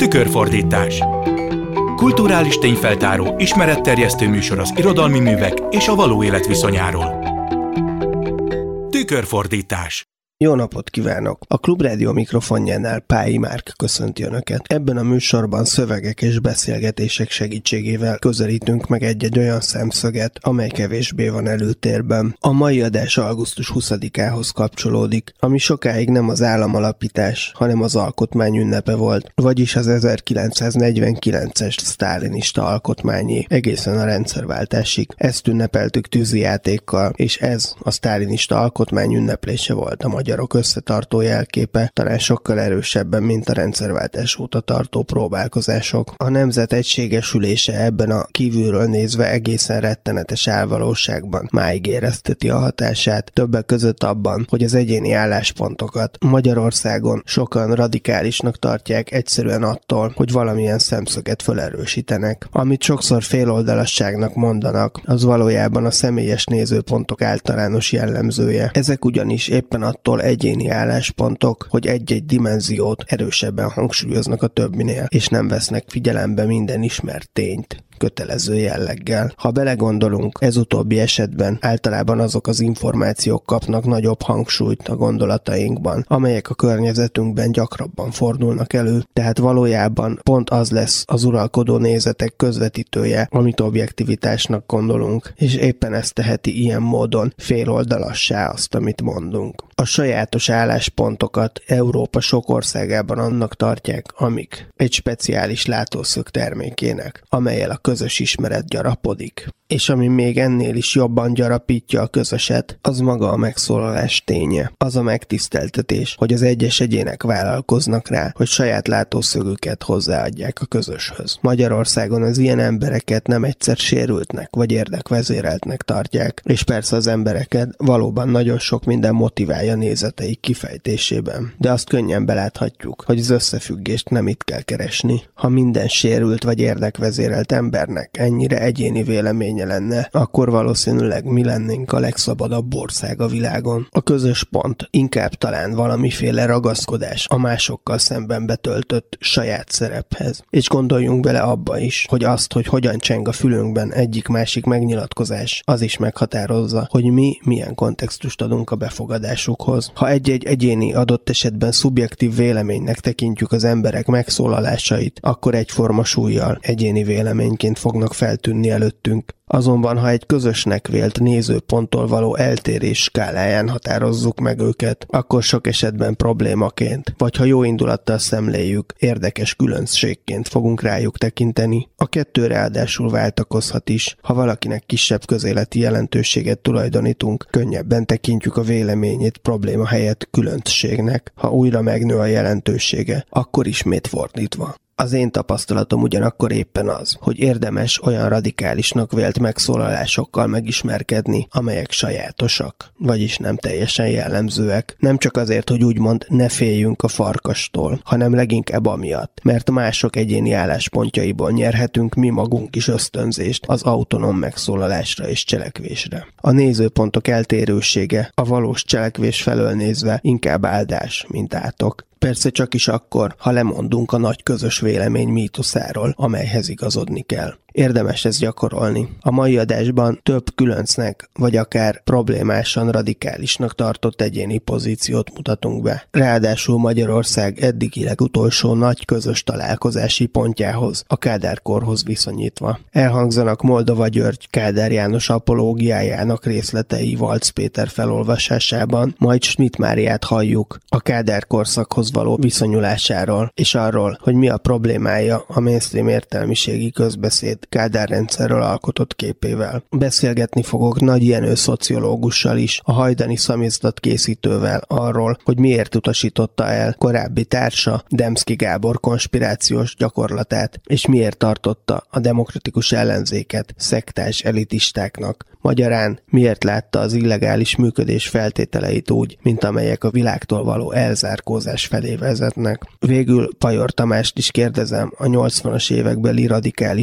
Tükörfordítás. Kulturális tényfeltáró, ismeretterjesztő műsor az irodalmi művek és a való élet viszonyáról. Tükörfordítás. Jó napot kívánok! A Klubrádió mikrofonjánál Pályi Márk köszönti Önöket. Ebben a műsorban szövegek és beszélgetések segítségével közelítünk meg egy-egy olyan szemszöget, amely kevésbé van előtérben. A mai adás augusztus 20-ához kapcsolódik, ami sokáig nem az államalapítás, hanem az alkotmány ünnepe volt, vagyis az 1949-es sztálinista alkotmányé, egészen a rendszerváltásig. Ezt ünnepeltük tűzijátékkal, és ez a sztálinista alkotmány ünneplése volt a magyarok összetartó jelképe, talán sokkal erősebben, mint a rendszerváltás óta tartó próbálkozások. A nemzet egységesülése ebben a kívülről nézve egészen rettenetes álvalóságban máig érezteti a hatását, többek között abban, hogy az egyéni álláspontokat Magyarországon sokan radikálisnak tartják egyszerűen attól, hogy valamilyen szemszöget felerősítenek. Amit sokszor féloldalasságnak mondanak, az valójában a személyes nézőpontok általános jellemzője. Ezek ugyanis éppen attól egyéni álláspontok, hogy egy-egy dimenziót erősebben hangsúlyoznak a többinél, és nem vesznek figyelembe minden ismert tényt kötelező jelleggel. Ha belegondolunk, ez utóbbi esetben általában azok az információk kapnak nagyobb hangsúlyt a gondolatainkban, amelyek a környezetünkben gyakrabban fordulnak elő, tehát valójában pont az lesz az uralkodó nézetek közvetítője, amit objektivitásnak gondolunk, és éppen ezt teheti ilyen módon féloldalassá azt, amit mondunk. A sajátos álláspontokat Európa sok országában annak tartják, amik egy speciális látószög termékének, amellyel a közös ismeret gyarapodik. És ami még ennél is jobban gyarapítja a közöset, az maga a megszólalás ténye. Az a megtiszteltetés, hogy az egyes egyének vállalkoznak rá, hogy saját látószögüket hozzáadják a közöshöz. Magyarországon az ilyen embereket nem egyszer sérültnek vagy érdekvezéreltnek tartják, és persze az embereket valóban nagyon sok minden motiválja nézeteik kifejtésében. De azt könnyen beláthatjuk, hogy az összefüggést nem itt kell keresni. Ha minden sérült vagy érdekvezérelt embernek ennyire egyéni vélemény lenne, akkor valószínűleg mi lennénk a legszabadabb ország a világon. A közös pont inkább talán valamiféle ragaszkodás a másokkal szemben betöltött saját szerephez. És gondoljunk bele abba is, hogy azt, hogy hogyan cseng a fülünkben egyik-másik megnyilatkozás, az is meghatározza, hogy mi milyen kontextust adunk a befogadásukhoz. Ha egy-egy egyéni adott esetben szubjektív véleménynek tekintjük az emberek megszólalásait, akkor egyforma súllyal egyéni véleményként fognak feltűnni előttünk. Azonban, ha egy közösnek vélt nézőponttól való eltérés skáláján határozzuk meg őket, akkor sok esetben problémaként, vagy ha jó indulattal szemléljük, érdekes különbségként fogunk rájuk tekinteni. A kettő ráadásul váltakozhat is, ha valakinek kisebb közéleti jelentőséget tulajdonítunk, könnyebben tekintjük a véleményét probléma helyett különbségnek, ha újra megnő a jelentősége, akkor ismét fordítva. Az én tapasztalatom ugyanakkor éppen az, hogy érdemes olyan radikálisnak vélt megszólalásokkal megismerkedni, amelyek sajátosak, vagyis nem teljesen jellemzőek. Nem csak azért, hogy úgymond ne féljünk a farkastól, hanem leginkább amiatt, mert mások egyéni álláspontjaiból nyerhetünk mi magunk is ösztönzést az autonóm megszólalásra és cselekvésre. A nézőpontok eltérősége a valós cselekvés felől nézve inkább áldás, mint átok. Persze csak is akkor, ha lemondunk a nagy közös vélemény mítoszáról, amelyhez igazodni kell. Érdemes ezt gyakorolni. A mai adásban több különcnek, vagy akár problémásan radikálisnak tartott egyéni pozíciót mutatunk be. Ráadásul Magyarország eddigi legutolsó nagy közös találkozási pontjához, a Kádár-korhoz viszonyítva. Elhangzanak Moldova György Kádár János apológiájának részletei Valc Péter felolvasásában, majd Schmidt Máriát halljuk a Kádár-korszakhoz való viszonyulásáról, és arról, hogy mi a problémája a mainstream értelmiségi közbeszéd Kádár rendszerről alkotott képével. Beszélgetni fogok Nagy Jenő szociológussal is, a hajdani szamizdat készítővel arról, hogy miért utasította el korábbi társa Demszky Gábor konspirációs gyakorlatát, és miért tartotta a demokratikus ellenzéket szektás elitistáknak. Magyarán miért látta az illegális működés feltételeit úgy, mint amelyek a világtól való elzárkózás felé vezetnek. Végül Pajor Tamást is kérdezem a 80-as évekbeli radikális pozíciójáról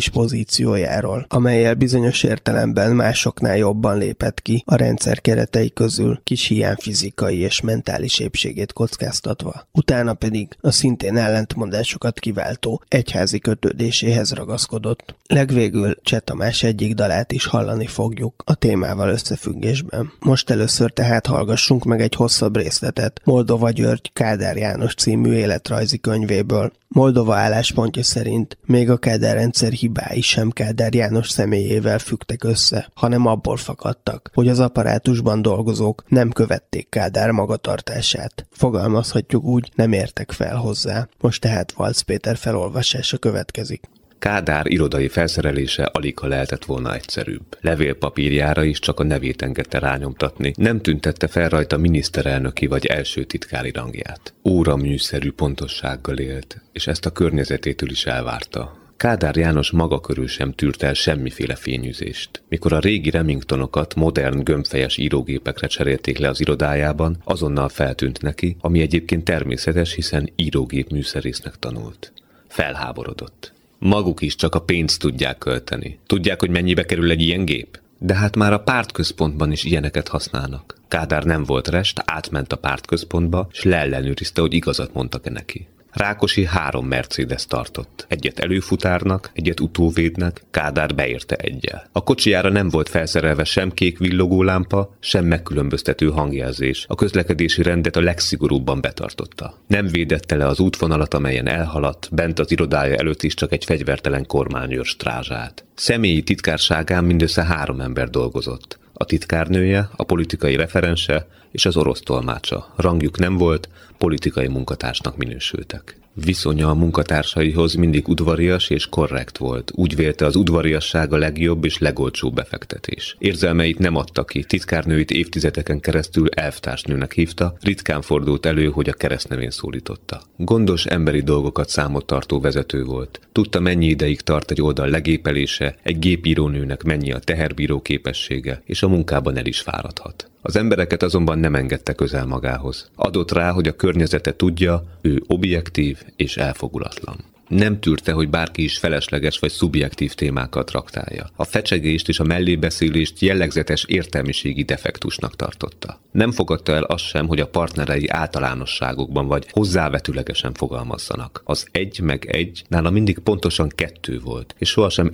pozíciójáról, amellyel bizonyos értelemben másoknál jobban lépett ki a rendszer keretei közül, kis hiány fizikai és mentális épségét kockáztatva. Utána pedig a szintén ellentmondásokat kiváltó egyházi kötődéséhez ragaszkodott. Legvégül Cseh Tamás egyik dalát is hallani fogjuk a témával összefüggésben. Most először tehát hallgassunk meg egy hosszabb részletet Moldova György Kádár János című életrajzi könyvéből. Moldova álláspontja szerint még a Kádár-rendszer hibái sem Kádár János személyével függtek össze, hanem abból fakadtak, hogy az apparátusban dolgozók nem követték Kádár magatartását. Fogalmazhatjuk úgy, nem értek fel hozzá. Most tehát Valc Péter felolvasása következik. Kádár irodai felszerelése aligha lehetett volna egyszerűbb. Levélpapírjára is csak a nevét engedte rányomtatni, nem tüntette fel rajta miniszterelnöki vagy első titkári rangját. Óraműszerű pontossággal élt, és ezt a környezetétől is elvárta. Kádár János maga körül sem tűrt el semmiféle fényűzést. Mikor a régi Remingtonokat modern gömbfejes írógépekre cserélték le az irodájában, azonnal feltűnt neki, ami egyébként természetes, hiszen írógép műszerésznek tanult. Felháborodott. Maguk is csak a pénzt tudják költeni. Tudják, hogy mennyibe kerül egy ilyen gép? De hát már a pártközpontban is ilyeneket használnak. Kádár nem volt rest, átment a pártközpontba, s leellenőrizte, hogy igazat mondtak-e neki. Rákosi 3 Mercedes tartott. Egyet előfutárnak, egyet utóvédnek, Kádár beérte egyel. A kocsijára nem volt felszerelve sem kék villogó lámpa, sem megkülönböztető hangjelzés. A közlekedési rendet a legszigorúbban betartotta. Nem védette le az útvonalat, amelyen elhaladt, bent az irodája előtt is csak egy fegyvertelen kormányőr strázsált. Személyi titkárságán mindössze 3 ember dolgozott. A titkárnője, a politikai referense és az orosz tolmácsa. Rangjuk nem volt, politikai munkatársnak minősültek. Viszonya a munkatársaihoz mindig udvarias és korrekt volt. Úgy vélte, az udvariasság a legjobb és legolcsóbb befektetés. Érzelmeit nem adta ki, titkárnőit évtizedeken keresztül elvtársnőnek hívta, ritkán fordult elő, hogy a keresztnevén szólította. Gondos emberi dolgokat számot tartó vezető volt. Tudta, mennyi ideig tart egy oldal legépelése, egy gépírónőnek mennyi a teherbíró képessége, és a munkában el is fáradhat. Az embereket azonban nem engedte közel magához. Adott rá, hogy a környezete tudja, ő objektív és elfogulatlan. Nem tűrte, hogy bárki is felesleges vagy szubjektív témákat traktálja. A fecsegést és a mellébeszélést jellegzetes értelmiségi defektusnak tartotta. Nem fogadta el azt sem, hogy a partnerei általánosságokban vagy hozzávetőlegesen fogalmazzanak. Az 1 meg 1 nála mindig pontosan 2 volt, és sohasem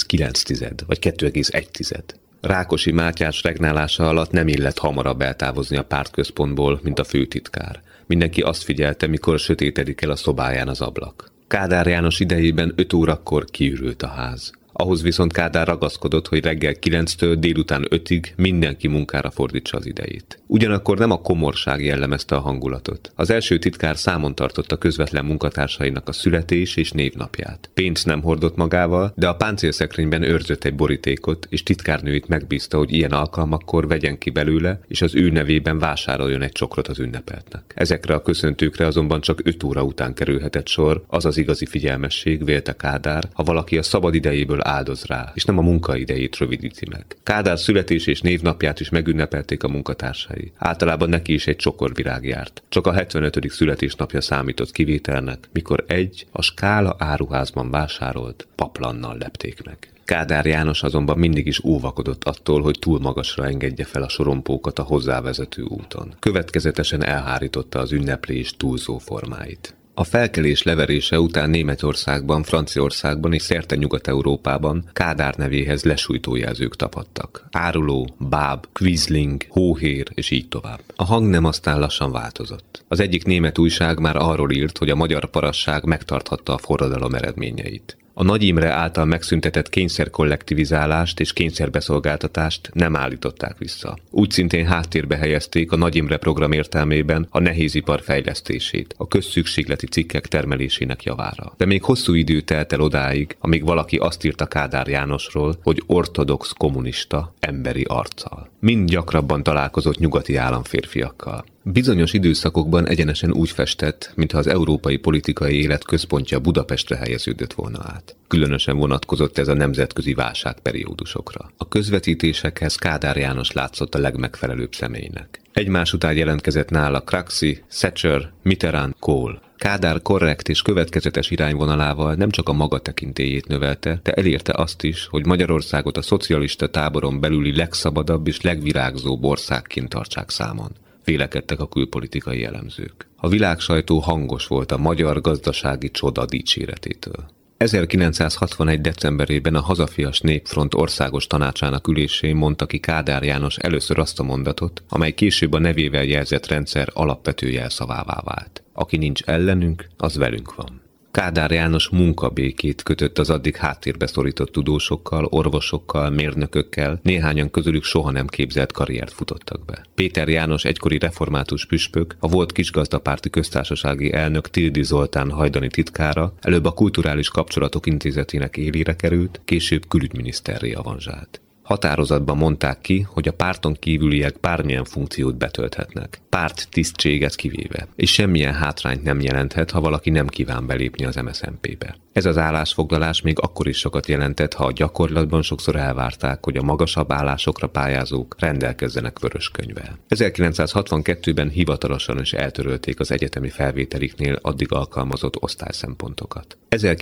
1,9 vagy 2,1. Rákosi Mátyás regnálása alatt nem illett hamarabb eltávozni a pártközpontból, mint a főtitkár. Mindenki azt figyelte, mikor sötétedik el a szobáján az ablak. Kádár János idejében 5 órakor kiürült a ház. Ahhoz viszont Kádár ragaszkodott, hogy reggel 9-től délután 5-ig mindenki munkára fordítsa az idejét. Ugyanakkor nem a komorság jellemezte a hangulatot. Az első titkár számon tartotta közvetlen munkatársainak a születés és névnapját. Pénzt nem hordott magával, de a páncélszekrényben őrzött egy borítékot, és titkárnőit megbízta, hogy ilyen alkalmakkor vegyen ki belőle, és az ő nevében vásároljon egy csokrot az ünnepeltnek. Ezekre a köszöntőkre azonban csak 5 óra után kerülhetett sor, az az igazi figyelmesség, vélte Kádár, ha valaki a szabad idejéből áldoz rá, és nem a munkaidejét rövidíti meg. Kádár születés és névnapját is megünnepelték a munkatársai. Általában neki is egy csokorvirág járt. Csak a 75. születésnapja számított kivételnek, mikor egy a Skála áruházban vásárolt paplannal lepték meg. Kádár János azonban mindig is óvakodott attól, hogy túl magasra engedje fel a sorompókat a hozzávezető úton. Következetesen elhárította az ünneplés túlzó formáit. A felkelés leverése után Németországban, Franciaországban és szerte Nyugat-Európában Kádár nevéhez lesújtó jelzők tapadtak. Áruló, báb, kvizling, hóhér és így tovább. A hangnem aztán lassan változott. Az egyik német újság már arról írt, hogy a magyar parasság megtarthatta a forradalom eredményeit. A Nagy Imre által megszüntetett kényszerkollektivizálást és kényszerbeszolgáltatást nem állították vissza. Úgy szintén háttérbe helyezték a Nagy Imre program értelmében a nehézipar fejlesztését, a közszükségleti cikkek termelésének javára. De még hosszú idő telt el odáig, amíg valaki azt írta Kádár Jánosról, hogy ortodox kommunista, emberi arccal. Mind gyakrabban találkozott nyugati államférfiakkal. Bizonyos időszakokban egyenesen úgy festett, mintha az európai politikai élet központja Budapestre helyeződött volna át. Különösen vonatkozott ez a nemzetközi válságperiódusokra. A közvetítésekhez Kádár János látszott a legmegfelelőbb személynek. Egymás után jelentkezett nála Craxi, Thatcher, Mitterrand, Kohl. Kádár korrekt és következetes irányvonalával nem csak a maga tekintélyét növelte, de elérte azt is, hogy Magyarországot a szocialista táboron belüli legszabadabb és legvirágzóbb országként tartsák számon. Vélekedtek a külpolitikai elemzők. A világsajtó hangos volt a magyar gazdasági csoda dicséretétől. 1961. decemberében a Hazafias Népfront országos tanácsának ülésén mondta ki Kádár János először azt a mondatot, amely később a nevével jelzett rendszer alapvető jelszavává vált. Aki nincs ellenünk, az velünk van. Kádár János munkabékét kötött az addig háttérbe szorított tudósokkal, orvosokkal, mérnökökkel, néhányan közülük soha nem képzelt karriert futottak be. Péter János egykori református püspök, a volt Kisgazdapárti Köztársasági elnök Tildy Zoltán hajdani titkára, előbb a Kulturális Kapcsolatok Intézetének élére került, később külügyminiszterré avanzsált. Határozatban mondták ki, hogy a párton kívüliek bármilyen funkciót betölthetnek, párt tisztséget kivéve, és semmilyen hátrányt nem jelenthet, ha valaki nem kíván belépni az MSZNP-be. Ez az állásfoglalás még akkor is sokat jelentett, ha a gyakorlatban sokszor elvárták, hogy a magasabb állásokra pályázók rendelkezzenek vörös könyvvel. 1962-ben hivatalosan is eltörölték az egyetemi felvételiknél addig alkalmazott osztályszempontokat.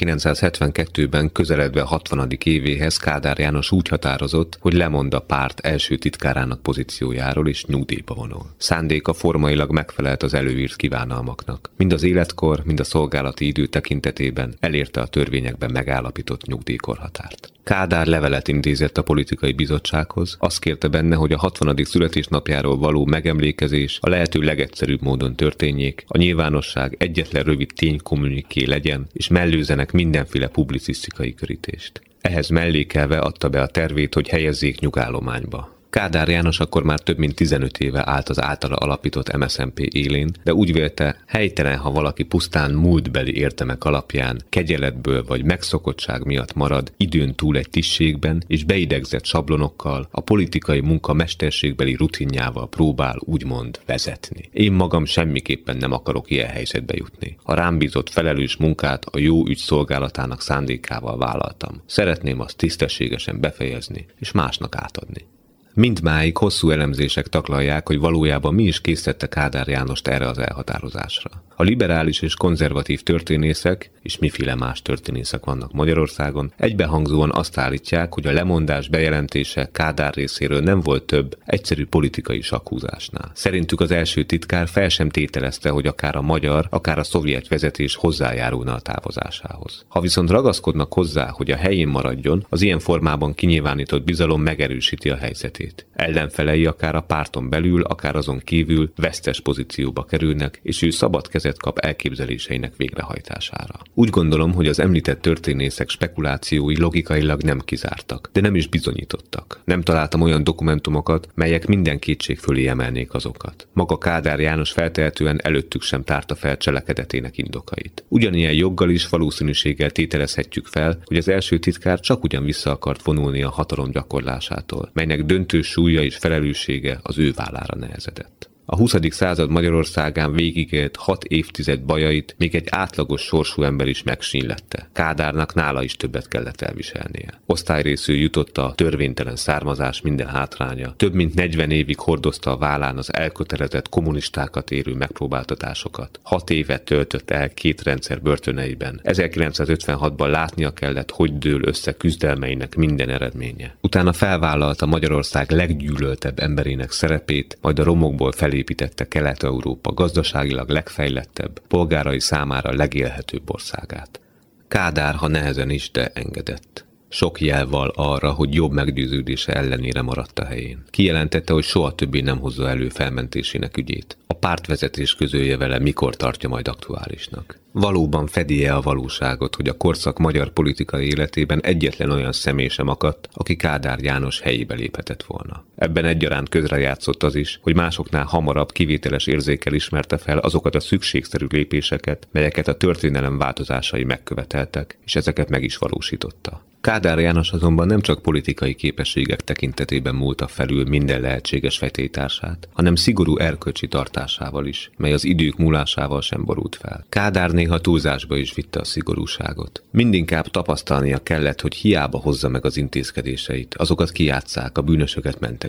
1972-ben közeledve a 60. évéhez Kádár János úgy határozott, hogy lemond a párt első titkárának pozíciójáról és nyugdíjba vonul. Szándéka formailag megfelelt az előírt kívánalmaknak. Mind az életkor, mind a szolgálati idő tekintetében elérte a törvényekben megállapított nyugdíjkorhatárt. Kádár levelet intézett a politikai bizottsághoz, azt kérte benne, hogy a 60. születésnapjáról való megemlékezés a lehető legegyszerűbb módon történjék, a nyilvánosság egyetlen rövid ténykommuniké legyen, és mellőzenek mindenféle publicisztikai körítést. Ehhez mellékelve adta be a tervét, hogy helyezzék nyugállományba. Kádár János akkor már több mint 15 éve állt az általa alapított MSZNP élén, de úgy vélte, helytelen, ha valaki pusztán múltbeli értemek alapján, kegyeletből vagy megszokottság miatt marad időn túl egy tisztségben, és beidegzett sablonokkal, a politikai munka mesterségbeli rutinjával próbál úgymond vezetni. Én magam semmiképpen nem akarok ilyen helyzetbe jutni. A rám bízott felelős munkát a jó ügy szolgálatának szándékával vállaltam. Szeretném azt tisztességesen befejezni, és másnak átadni. Mindmáig hosszú elemzések taglalják, hogy valójában mi is késztette Kádár Jánost erre az elhatározásra. A liberális és konzervatív történészek, és miféle más történészek vannak Magyarországon, egybehangzóan azt állítják, hogy a lemondás bejelentése Kádár részéről nem volt több egyszerű politikai sakkhúzásnál. Szerintük az első titkár fel sem tételezte, hogy akár a magyar, akár a szovjet vezetés hozzájárulna a távozásához. Ha viszont ragaszkodnak hozzá, hogy a helyén maradjon, az ilyen formában kinyilvánított bizalom megerősíti a helyzetét. Ellenfelei akár a párton belül, akár azon kívül vesztes pozícióba kerülnek, és ő szabad kezet kap elképzeléseinek végrehajtására. Úgy gondolom, hogy az említett történészek spekulációi logikailag nem kizártak, de nem is bizonyítottak. Nem találtam olyan dokumentumokat, melyek minden kétség fölé emelnék azokat. Maga Kádár János feltehetően előttük sem tárta fel cselekedetének indokait. Ugyanilyen joggal is valószínűséggel tételezhetjük fel, hogy az első titkár csak ugyan vissza akart vonulni a hatalom gyakorlásától, melynek döntő súlya és felelőssége az ő vállára nehezedett. A 20. század Magyarországán végigélt 6 évtized bajait még egy átlagos sorsú ember is megsínylette. Kádárnak nála is többet kellett elviselnie. Osztályrészül jutott a törvénytelen származás minden hátránya. Több mint 40 évig hordozta a vállán az elkötelezett kommunistákat érő megpróbáltatásokat. 6 évet töltött el 2 rendszer börtöneiben. 1956-ban látnia kellett, hogy dől össze küzdelmeinek minden eredménye. Utána felvállalta Magyarország leggyűlöltebb emberének szerepét, majd a romokból felépítette Kelet-Európa gazdaságilag legfejlettebb, polgárai számára legélhetőbb országát. Kádár, ha nehezen is, de engedett. Sok jel val arra, hogy jobb meggyőződése ellenére maradt a helyén. Kijelentette, hogy soha többé nem hozza elő felmentésének ügyét. A pártvezetés közölje vele, mikor tartja majd aktuálisnak. Valóban fedi-e a valóságot, hogy a korszak magyar politikai életében egyetlen olyan személy sem akadt, aki Kádár János helyébe léphetett volna. Ebben egyaránt közrejátszott az is, hogy másoknál hamarabb kivételes érzékkel ismerte fel azokat a szükségszerű lépéseket, melyeket a történelem változásai megköveteltek, és ezeket meg is valósította. Kádár János azonban nem csak politikai képességek tekintetében múlta felül minden lehetséges vetélytársát, hanem szigorú erkölcsi tartásával is, mely az idők múlásával sem borult fel. Kádár néha túlzásba is vitte a szigorúságot. Mindinkább tapasztalnia kellett, hogy hiába hozza meg az intézkedéseit, azokat kijátsszák, a bűnösöket mentegessék.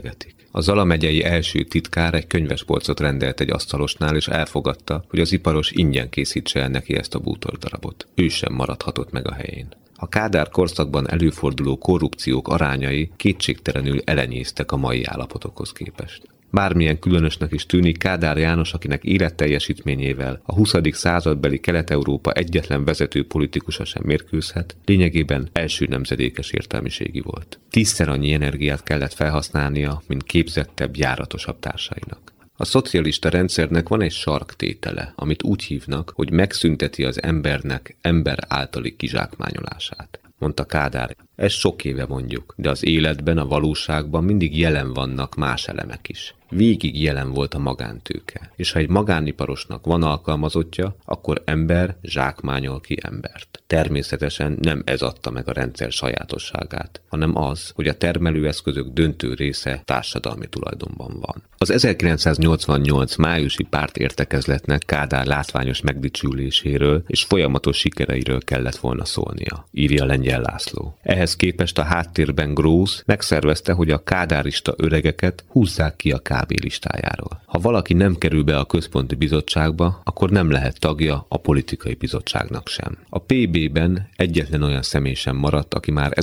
emlegetik. A Zala megyei első titkár egy könyvespolcot rendelt egy asztalosnál, és elfogadta, hogy az iparos ingyen készítse el neki ezt a bútordarabot. Ő sem maradhatott meg a helyén. A Kádár korszakban előforduló korrupciók arányai kétségtelenül elenyésztek a mai állapotokhoz képest. Bármilyen különösnek is tűnik, Kádár János, akinek életteljesítményével a 20. századbeli Kelet-Európa egyetlen vezető politikusa sem mérkőzhet, lényegében első nemzedékes értelmiségi volt. 10-szer annyi energiát kellett felhasználnia, mint képzettebb, járatosabb társainak. A szocialista rendszernek van egy sarktétele, amit úgy hívnak, hogy megszünteti az embernek ember általi kizsákmányolását, mondta Kádár. Ezt sok éve mondjuk, de az életben, a valóságban mindig jelen vannak más elemek is. Végig jelen volt a magántőke, és ha egy magániparosnak van alkalmazottja, akkor ember zsákmányol ki embert. Természetesen nem ez adta meg a rendszer sajátosságát, hanem az, hogy a termelőeszközök döntő része társadalmi tulajdonban van. Az 1988 májusi pártértekezletnek Kádár látványos megdicsüléséről és folyamatos sikereiről kellett volna szólnia, írja Lengyel László. Ehhez képest a háttérben Grósz megszervezte, hogy a kádárista öregeket húzzák ki a KB listájáról. Ha valaki nem kerül be a központi bizottságba, akkor nem lehet tagja a politikai bizottságnak sem. A PB-ben egyetlen olyan személy sem maradt, aki már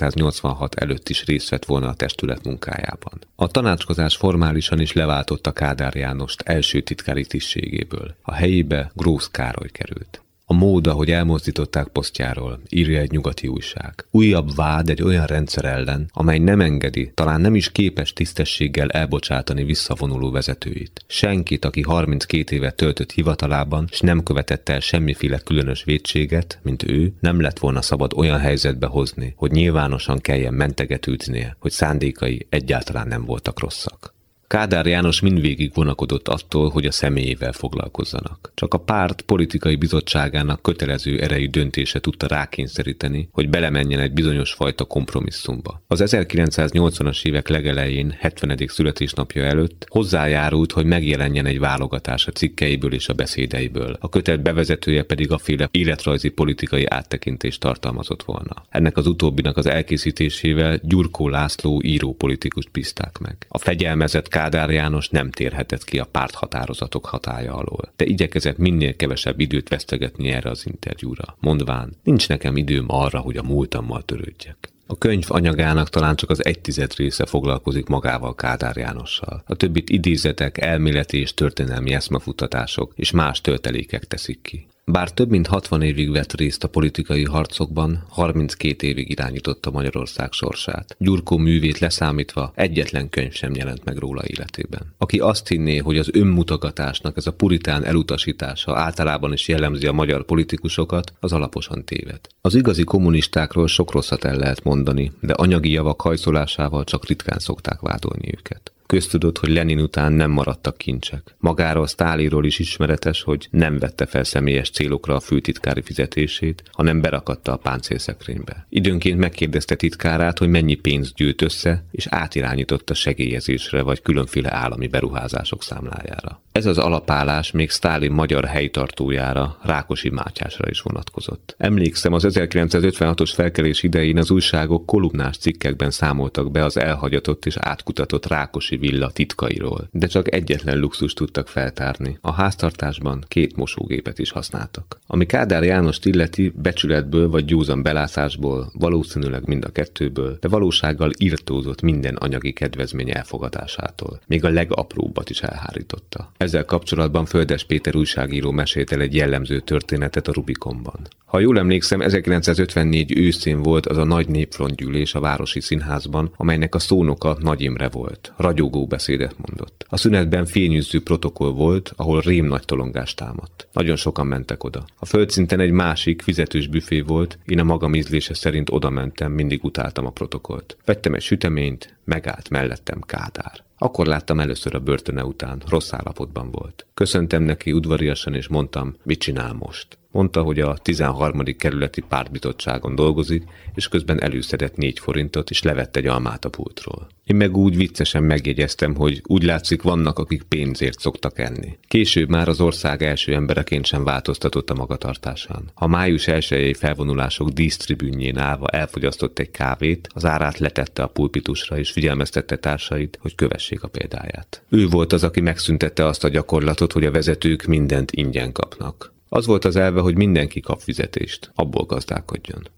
1986 előtt is részt vett volna a testület munkájában. A tanácskozás formálisan is leváltotta Kádár Jánost első titkári tisztségéből. A helyébe Grósz Károly került. A mód, ahogy elmozdították posztjáról, írja egy nyugati újság. Újabb vád egy olyan rendszer ellen, amely nem engedi, talán nem is képes tisztességgel elbocsátani visszavonuló vezetőit. Senkit, aki 32 évet töltött hivatalában, s nem követett el semmiféle különös vétséget, mint ő, nem lett volna szabad olyan helyzetbe hozni, hogy nyilvánosan kelljen mentegetőznie, hogy szándékai egyáltalán nem voltak rosszak. Kádár János mindvégig vonakodott attól, hogy a személyével foglalkozzanak. Csak a párt politikai bizottságának kötelező erejű döntése tudta rákényszeríteni, hogy belemenjen egy bizonyos fajta kompromisszumba. Az 1980-as évek legelején, 70. születésnapja előtt hozzájárult, hogy megjelenjen egy válogatás a cikkeiből és a beszédeiből. A kötet bevezetője pedig aféle életrajzi politikai áttekintést tartalmazott volna. Ennek az utóbbinak az elkészítésével Gyurkó László írópolitikust bízták meg. A fegyelmezett Kádár János nem térhetett ki a párthatározatok hatálya alól, de igyekezett minél kevesebb időt vesztegetni erre az interjúra, mondván, nincs nekem időm arra, hogy a múltammal törődjek. A könyv anyagának talán csak az 1/10 része foglalkozik magával, Kádár Jánossal. A többit idézetek, elméleti és történelmi eszmefuttatások és más töltelékek teszik ki. Bár több mint 60 évig vett részt a politikai harcokban, 32 évig irányította Magyarország sorsát. Gyurkó művét leszámítva egyetlen könyv sem jelent meg róla életében. Aki azt hinné, hogy az önmutogatásnak ez a puritán elutasítása általában is jellemzi a magyar politikusokat, az alaposan téved. Az igazi kommunistákról sok rosszat el lehet mondani, de anyagi javak hajszolásával csak ritkán szokták vádolni őket. Köztudott, hogy Lenin után nem maradtak kincsek. Magáról, Sztálinról is ismeretes, hogy nem vette fel személyes célokra a főtitkári fizetését, hanem berakatta a páncélszekrénybe. Időnként megkérdezte titkárát, hogy mennyi pénzt gyűjt össze, és átirányította segélyezésre vagy különféle állami beruházások számlájára. Ez az alapállás még Sztálin magyar helytartójára, Rákosi Mátyásra is vonatkozott. Emlékszem, az 1956-os felkelés idején az újságok kolumnás cikkekben számoltak be az elhagyatott és átkutatott Rákosi villa titkairól, de csak egyetlen luxust tudtak feltárni. A háztartásban 2 mosógépet is használtak. Ami Kádár Jánost illeti, becsületből vagy gyózan belátásból, valószínűleg mind a kettőből, de valósággal irtózott minden anyagi kedvezmény elfogadásától. Még a legapróbbat is elhárította. Ezzel kapcsolatban Földes Péter újságíró mesélt el egy jellemző történetet a Rubikonban. Ha jól emlékszem, 1954 őszén volt az a nagy népfrontgyűlés a Városi Színházban, amelynek a szónoka Nagy Imre volt. Ragyogó beszédet mondott. A szünetben fényűző protokoll volt, ahol rémnagy tolongás támadt. Nagyon sokan mentek oda. A földszinten egy másik fizetős büfé volt, én a magam ízlése szerint oda mentem, mindig utáltam a protokollt. Vettem egy süteményt, megállt mellettem Kádár. Akkor láttam először a börtöne után, rossz állapotban volt. Köszöntem neki udvariasan és mondtam, mit csinál most. Mondta, hogy a 13. kerületi pártbizottságon dolgozik, és közben előszedett 4 forintot, és levett egy almát a pultról. Én meg úgy viccesen megjegyeztem, hogy úgy látszik vannak, akik pénzért szoktak enni. Később már az ország első embereként sem változtatott a magatartásán. Ha május 1-i felvonulások dísztribűnjén állva elfogyasztott egy kávét, az árát letette a pulpitusra, és figyelmeztette társait, hogy kövessék a példáját. Ő volt az, aki megszüntette azt a gyakorlatot, hogy a vezetők mindent ingyen kapnak. Az volt az elve, hogy mindenki kap fizetést, abból gazdálkodjon.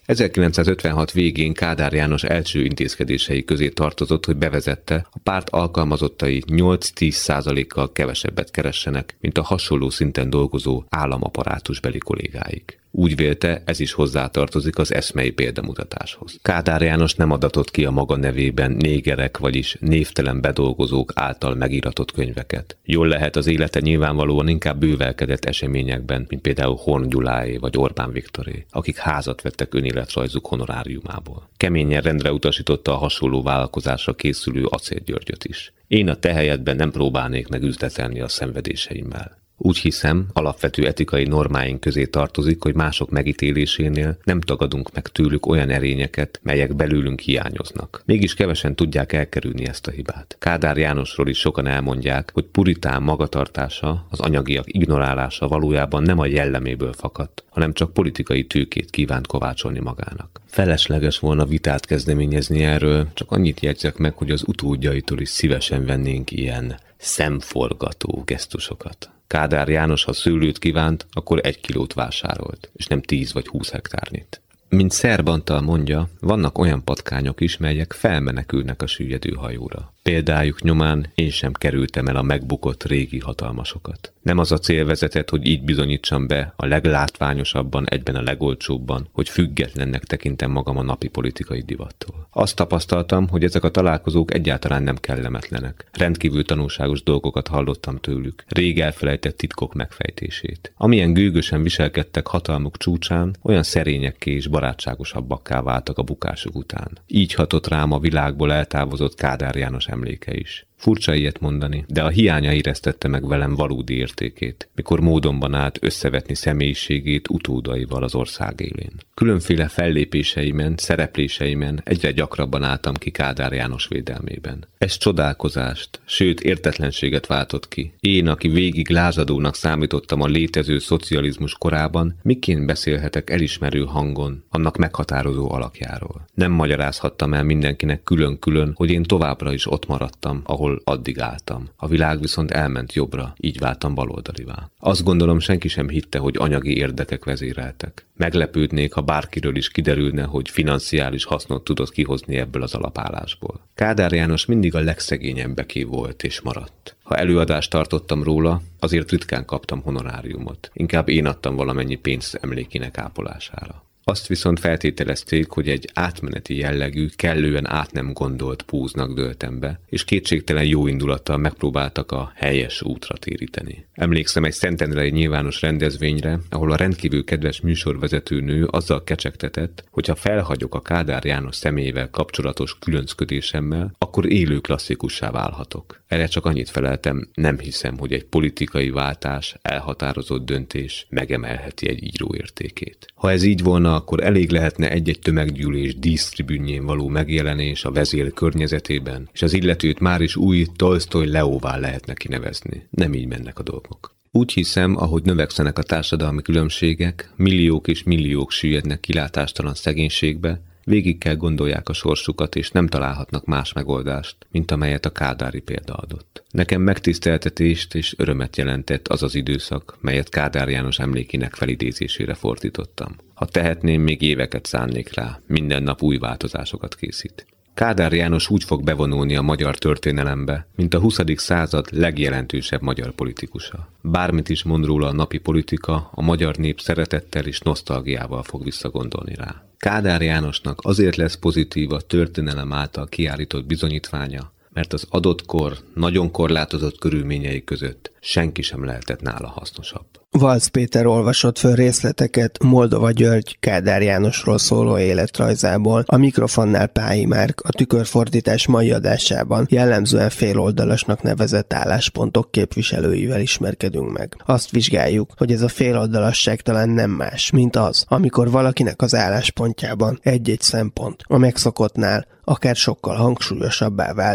1956 végén Kádár János első intézkedései közé tartozott, hogy bevezette, a párt alkalmazottai 8-10%-kal kevesebbet keressenek, mint a hasonló szinten dolgozó államaparátusbeli kollégáik. Úgy vélte, ez is hozzátartozik az eszmei példamutatáshoz. Kádár János nem adatott ki a maga nevében négerek, vagyis névtelen bedolgozók által megíratott könyveket. Jól lehet, az élete nyilvánvalóan inkább bővelkedett eseményekben, mint például Horn Gyuláé vagy Orbán Viktoré, akik házat vettek önéletrajzuk honoráriumából. Keményen rendre utasította a hasonló vállalkozásra készülő Acél Györgyöt is. Én a te helyedben nem próbálnék meg üzletelni a szenvedéseimmel. Úgy hiszem, alapvető etikai normáink közé tartozik, hogy mások megítélésénél nem tagadunk meg tőlük olyan erényeket, melyek belőlünk hiányoznak. Mégis kevesen tudják elkerülni ezt a hibát. Kádár Jánosról is sokan elmondják, hogy puritán magatartása, az anyagiak ignorálása valójában nem a jelleméből fakadt, hanem csak politikai tőkét kívánt kovácsolni magának. Felesleges volna vitát kezdeményezni erről, csak annyit jegyzek meg, hogy az utódjaitól is szívesen vennénk ilyen szemforgató gesztusokat. Kádár János, ha szőlőt kívánt, akkor 1 kilót vásárolt, és nem 10 vagy 20 hektárnyit. Mint Szerb Antal mondja, vannak olyan patkányok is, melyek felmenekülnek a süllyedő hajóra. Példájuk nyomán én sem kerültem el a megbukott régi hatalmasokat. Nem az a cél vezetett, hogy így bizonyítsam be a leglátványosabban, egyben a legolcsóbban, hogy függetlennek tekintem magam a napi politikai divattól. Azt tapasztaltam, hogy ezek a találkozók egyáltalán nem kellemetlenek. Rendkívül tanulságos dolgokat hallottam tőlük, rég elfelejtett titkok megfejtését. Amilyen gőgösen viselkedtek hatalmuk csúcsán, olyan szerényekké és barátságosabbakká váltak a bukásuk után. Így hatott rám a világból eltávozott Kádár János emléke is. Furcsa ilyet mondani, de a hiánya éreztette meg velem valódi értékét, mikor módonban állt összevetni személyiségét utódaival az ország élén. Különféle fellépéseimen, szerepléseimen egyre gyakrabban álltam ki Kádár János védelmében. Ez csodálkozást, sőt értetlenséget váltott ki. Én, aki végig lázadónak számítottam a létező szocializmus korában, miként beszélhetek elismerő hangon annak meghatározó alakjáról. Nem magyarázhattam el mindenkinek külön-külön, hogy én továbbra is ott maradtam, ahol addig álltam. A világ viszont elment jobbra, így váltam baloldalivá. Azt gondolom, senki sem hitte, hogy anyagi érdekek vezéreltek. Meglepődnék, ha bárkiről is kiderülne, hogy financiális hasznot tudott kihozni ebből az alapállásból. Kádár János mindig a legszegényebbeké volt és maradt. Ha előadást tartottam róla, azért ritkán kaptam honoráriumot. Inkább én adtam valamennyi pénzt emlékének ápolására. Azt viszont feltételezték, hogy egy átmeneti jellegű, kellően át nem gondolt póznak dőltem be, és kétségtelen jó indulattal megpróbáltak a helyes útra téríteni. Emlékszem egy szentendrei nyilvános rendezvényre, ahol a rendkívül kedves műsorvezetőnő azzal kecsegtetett, hogy ha felhagyok a Kádár János személyével kapcsolatos különcködésemmel, akkor élő klasszikussá válhatok. Erre csak annyit feleltem, nem hiszem, hogy egy politikai váltás, elhatározott döntés megemelheti egy író értékét. Ha ez így volna, akkor elég lehetne egy-egy tömeggyűlés dísztribünjén való megjelenés a vezér környezetében, és az illetőt már is új Tolsztoj Leóvá lehetne kinevezni. Nem így mennek a dolgok. Úgy hiszem, ahogy növekszenek a társadalmi különbségek, milliók és milliók süllyednek kilátástalan szegénységbe, végig kell gondolják a sorsukat, és nem találhatnak más megoldást, mint amelyet a kádári példa adott. Nekem megtiszteltetést és örömet jelentett az az időszak, melyet Kádár János emlékének felidézésére fordítottam. Ha tehetném, még éveket szánnék rá, minden nap új változásokat készít. Kádár János úgy fog bevonulni a magyar történelembe, mint a 20. század legjelentősebb magyar politikusa. Bármit is mond róla a napi politika, a magyar nép szeretettel és nosztalgiával fog visszagondolni rá. Kádár Jánosnak azért lesz pozitív a történelem által kiállított bizonyítványa, mert az adott kor nagyon korlátozott körülményei között senki sem lehetett nála hasznosabb. Valc Péter olvasott föl részleteket Moldova György Kádár Jánosról szóló életrajzából, a mikrofonnál Pályi Márk a Tükörfordítás mai adásában jellemzően féloldalasnak nevezett álláspontok képviselőivel ismerkedünk meg. Azt vizsgáljuk, hogy ez a féloldalasság talán nem más, mint az, amikor valakinek az álláspontjában egy-egy szempont a megszokottnál akár sokkal hangsúlyosabbá válik.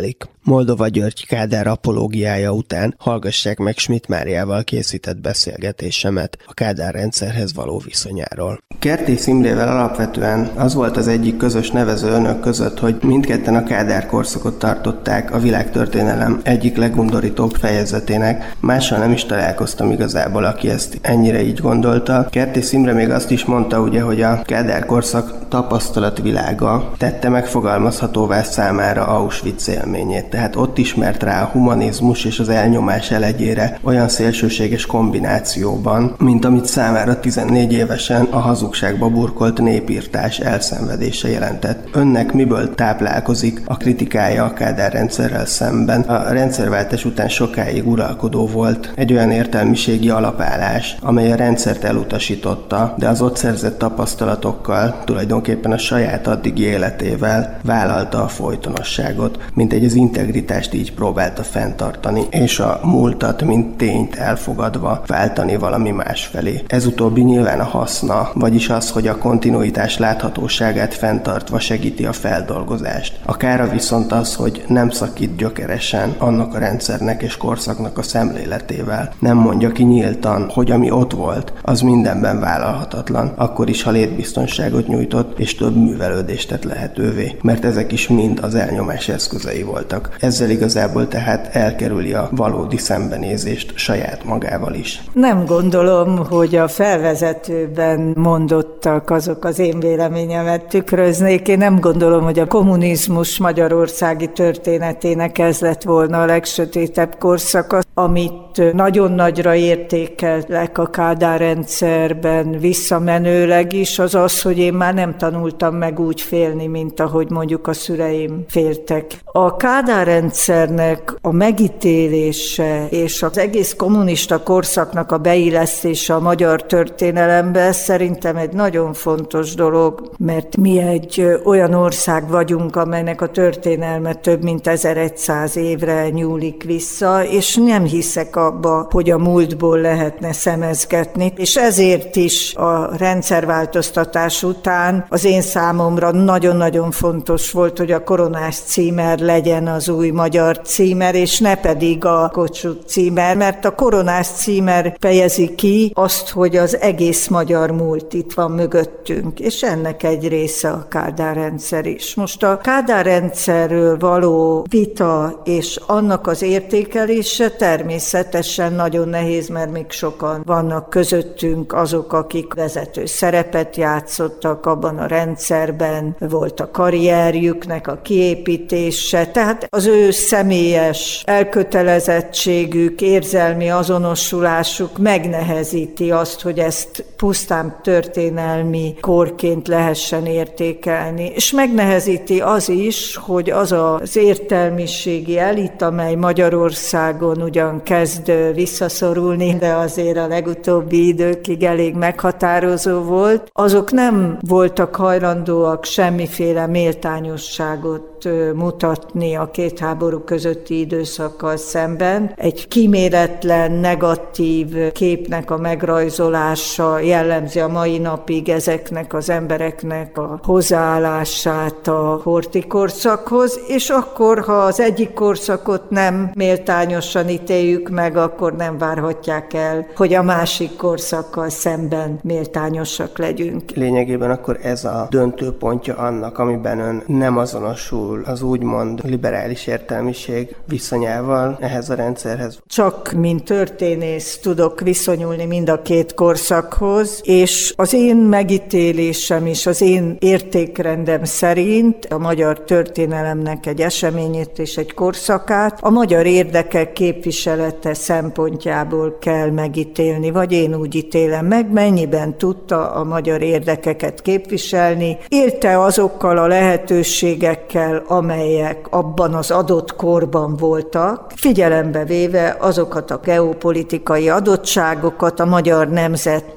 Moldova György Kádár apológiája után hallgassák meg Schmidt Máriával készített beszélgetésemet a Kádár rendszerhez való viszonyáról. Kertész Imrével alapvetően az volt az egyik közös nevező önök között, hogy mindketten a Kádár korszakot tartották a világtörténelem egyik legundorítóbb fejezetének. Mással nem is találkoztam igazából, aki ezt ennyire így gondolta. Kertész Imre még azt is mondta, ugye, hogy a Kádár korszak tapasztalatvilága tette megfogalmazhatóvá számára Auschwitz élményét. Tehát ott ismert rá a humanizmus és az elnyomás elegyére olyan szélsőséges kombinációban, mint amit számára 14 évesen a hazugságba burkolt népírtás elszenvedése jelentett. Önnek miből táplálkozik a kritikája a Kádár rendszerrel szemben? A rendszerváltás után sokáig uralkodó volt egy olyan értelmiségi alapállás, amely a rendszert elutasította, de az ott szerzett tapasztalatokkal, tulajdonképpen a saját addigi életével vállalta a folytonosságot, mint egy az integritást így próbálta fenntartani, és a múltat, mint tényt elfogadva váltani valami más felé. Ez utóbbi nyilván a haszna, vagyis az, hogy a kontinuitás láthatóságát fenntartva segíti a feldolgozást. A kára viszont az, hogy nem szakít gyökeresen annak a rendszernek és korszaknak a szemléletével. Nem mondja ki nyíltan, hogy ami ott volt, az mindenben vállalhatatlan, akkor is, ha létbiztonságot nyújtott és több művelődést tett lehetővé, mert ezek is mind az elnyomás eszközei voltak. Ezzel igazából tehát elkerüli a valódi szembenézést saját magával is. Nem gondolom, hogy a felvezetőben mondottak azok az én véleményemet tükröznék. Én nem gondolom, hogy a kommunizmus magyarországi történetének ez lett volna a legsötétebb korszaka, amit nagyon nagyra értékelek a Kádár rendszerben visszamenőleg is, az az, hogy én már nem tanultam meg úgy félni, mint ahogy mondjuk a szüleim féltek. A Kádár rendszernek a megítélése és az egész kommunista korszaknak a beillesztése a magyar történelembe szerintem egy nagyon fontos dolog, mert mi egy olyan ország vagyunk, amelynek a történelme több mint 1100 évre nyúlik vissza, és nem hiszek abba, hogy a múltból lehetne szemezgetni, és ezért is a rendszerváltoztatás után az én számomra nagyon-nagyon fontos volt, hogy a koronás címer legyen az új magyar címer, és ne pedig a Kossuth címer, mert a koronás címer fejezi ki azt, hogy az egész magyar múlt itt van mögöttünk, és ennek egy része a Kádár rendszer is. Most a Kádár rendszerről való vita és annak az értékelése természetesen nagyon nehéz, mert még sokan vannak közöttünk azok, akik vezető szerepet játszottak abban a rendszerben, volt a karrierjüknek a kiépítése, tehát az ő személyes elkötelezettségük, érzelmi azonosulásuk megnehezíti azt, hogy ezt pusztán történelmi korként lehessen értékelni. És megnehezíti az is, hogy az az értelmiségi elit, amely Magyarországon ugyan kezd visszaszorulni, de azért a legutóbbi időkig elég meghatározó volt, azok nem voltak hajlandóak semmiféle méltányosságot mutatni a két háború közötti időszakkal szemben. Egy kíméletlen, negatív képnek a megrajzolása jellemzi a mai napig ezeknek az embereknek a hozzáállását a horthy korszakhoz, és akkor, ha az egyik korszakot nem méltányosan ítéljük meg, akkor nem várhatják el, hogy a másik korszakkal szemben méltányosak legyünk. Lényegében akkor ez a döntőpontja annak, amiben ön nem azonosul az úgymond liberális értelmiség viszonyával ehhez a rendszerhez. Csak mint történész tudok viszonyulni mind a két korszakhoz, és az én megítélésem és az én értékrendem szerint a magyar történelemnek egy eseményét és egy korszakát a magyar érdekek képviselete szempontjából kell megítélni, vagy én úgy ítélem meg, mennyiben tudta a magyar érdekeket képviselni, élte azokkal a lehetőségekkel, amelyek abban az adott korban voltak, figyelembe véve azokat a geopolitikai adottságokat a magyar nemzetnek,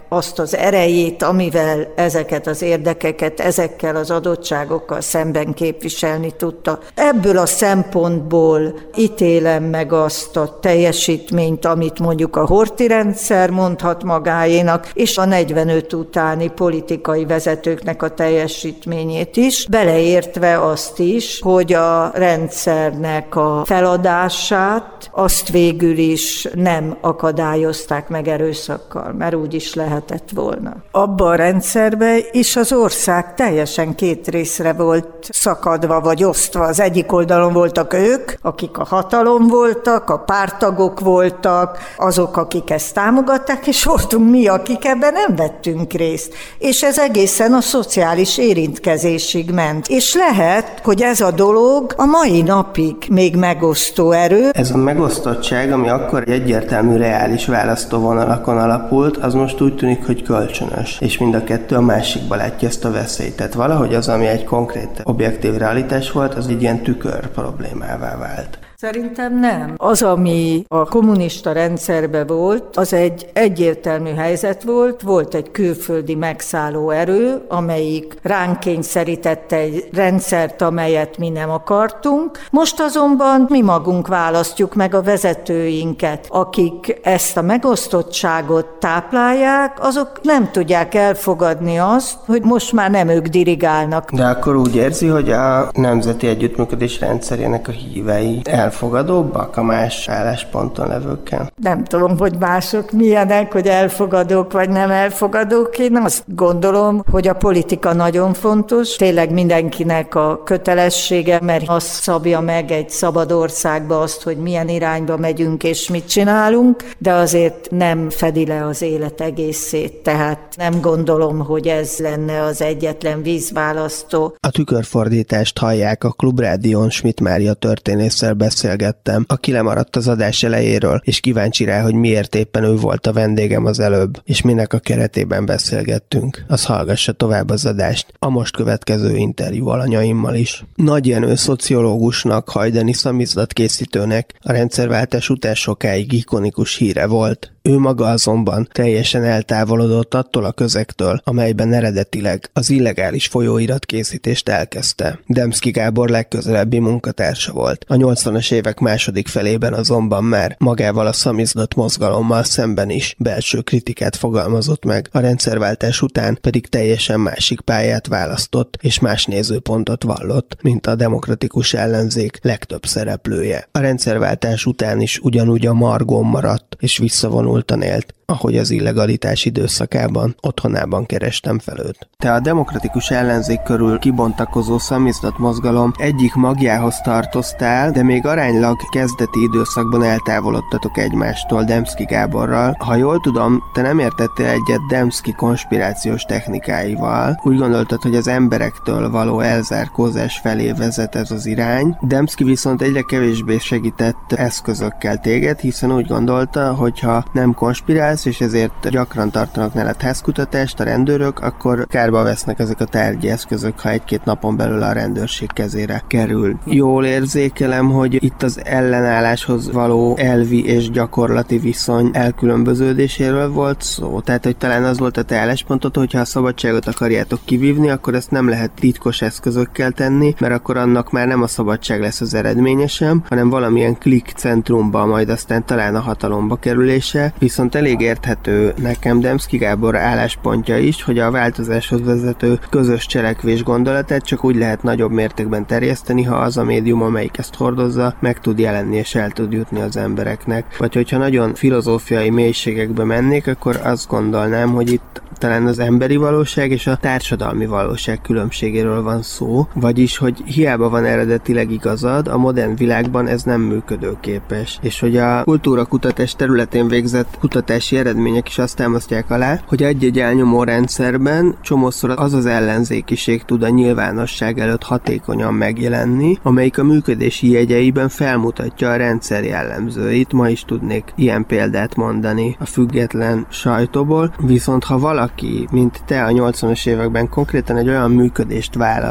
azt az erejét, amivel ezeket az érdekeket, ezekkel az adottságokkal szemben képviselni tudta. Ebből a szempontból ítélem meg azt a teljesítményt, amit mondjuk a Horthy rendszer mondhat magáénak, és a 45 utáni politikai vezetőknek a teljesítményét is, beleértve azt is, hogy a rendszernek a feladását, azt végül is nem akadályozták meg erőszakkal, mert úgy is lehetett volna. Abban a rendszerben is az ország teljesen két részre volt szakadva vagy osztva. Az egyik oldalon voltak ők, akik a hatalom voltak, a párttagok voltak, azok, akik ezt támogatták, és voltunk mi, akik ebben nem vettünk részt. És ez egészen a szociális érintkezésig ment. És lehet, hogy ez a dolog a mai napig még megosztó erő. Ez a megosztottság, ami akkor egyértelmű reális választóvonalakon alapult, az most úgy tűnik, hogy kölcsönös. És mind a kettő a másikba látja ezt a veszélyt. Tehát valahogy az, ami egy konkrét objektív realitás volt, az egy ilyen tükör problémává vált. Szerintem nem. Az, ami a kommunista rendszerben volt, az egy egyértelmű helyzet volt. Volt egy külföldi megszálló erő, amelyik ránk kényszerítette egy rendszert, amelyet mi nem akartunk. Most azonban mi magunk választjuk meg a vezetőinket, akik ezt a megosztottságot táplálják, azok nem tudják elfogadni azt, hogy most már nem ők dirigálnak. De akkor úgy érzi, hogy a nemzeti együttműködés rendszerének a hívei elfogadóbbak a más állásponton levőkkel? Nem tudom, hogy mások milyenek, hogy elfogadók vagy nem elfogadók. Én azt gondolom, hogy a politika nagyon fontos. Tényleg mindenkinek a kötelessége, mert az szabja meg egy szabad országba azt, hogy milyen irányba megyünk és mit csinálunk, de azért nem fedi le az élet egészét. Tehát nem gondolom, hogy ez lenne az egyetlen vízválasztó. A tükörfordítást hallják, a Klubrádión Schmidt Mária történésszel beszélgettem, aki lemaradt az adás elejéről, és kíváncsi rá, hogy miért éppen ő volt a vendégem az előbb, és minek a keretében beszélgettünk. Az hallgassa tovább az adást a most következő interjú alanyaimmal is. Nagy Jenő szociológusnak, hajdani szamizdatkészítőnek a rendszerváltás után sokáig ikonikus híre volt. Ő maga azonban teljesen eltávolodott attól a közegtől, amelyben eredetileg az illegális folyóiratkészítést elkezdte. Demszky Gábor legközelebbi munkatársa volt. A 80-as évek második felében azonban már magával a szamizdat mozgalommal szemben is belső kritikát fogalmazott meg, a rendszerváltás után pedig teljesen másik pályát választott és más nézőpontot vallott, mint a demokratikus ellenzék legtöbb szereplője. A rendszerváltás után is ugyanúgy a margón maradt és visszavonultan élt, ahogy az illegalitás időszakában, otthonában kerestem fel őt. Te a demokratikus ellenzék körül kibontakozó szamizdat mozgalom egyik magjához tartoztál, de még aránylag kezdeti időszakban eltávolodtatok egymástól Demszky Gáborral. Ha jól tudom, te nem értettél egyet Demszky konspirációs technikáival. Úgy gondoltad, hogy az emberektől való elzárkózás felé vezet ez az irány. Demszky viszont egyre kevésbé segített eszközökkel téged, hiszen úgy gondolta, hogy ha nem konspirálsz, és ezért gyakran tartanak nálad házkutatást a rendőrök, akkor kárba vesznek ezek a tárgyi eszközök, ha egy-két napon belül a rendőrség kezére kerül. Jól érzékelem, hogy itt az ellenálláshoz való elvi és gyakorlati viszony elkülönböződéséről volt szó. Tehát, hogy talán az volt a te álláspontod, hogyha a szabadságot akarjátok kivívni, akkor ezt nem lehet titkos eszközökkel tenni, mert akkor annak már nem a szabadság lesz az eredménye sem, hanem valamilyen klik centrumba, majd aztán talán a hatalomba kerülése. Viszont elég érthető nekem Demszky Gábor álláspontja is, hogy a változáshoz vezető közös cselekvés gondolatát csak úgy lehet nagyobb mértékben terjeszteni, ha az a médium, amelyik ezt hordozza, meg tud jelenni és el tud jutni az embereknek. Vagy hogyha nagyon filozófiai mélységekbe mennék, akkor azt gondolnám, hogy itt talán az emberi valóság és a társadalmi valóság különbségéről van szó, vagyis, hogy hiába van eredetileg igazad, a modern világban ez nem működőképes. És hogy a kultúrakutatás területén végzett kutatási eredmények is azt támasztják alá, hogy egy-egy elnyomó rendszerben csomószor az az ellenzékiség tud a nyilvánosság előtt hatékonyan megjelenni, amelyik a működési jegyeiben felmutatja a rendszer jellemzőit. Ma is tudnék ilyen példát mondani a független sajtóból, viszont ha valaki, mint te a 80-as években konkrétan egy olyan működést választ,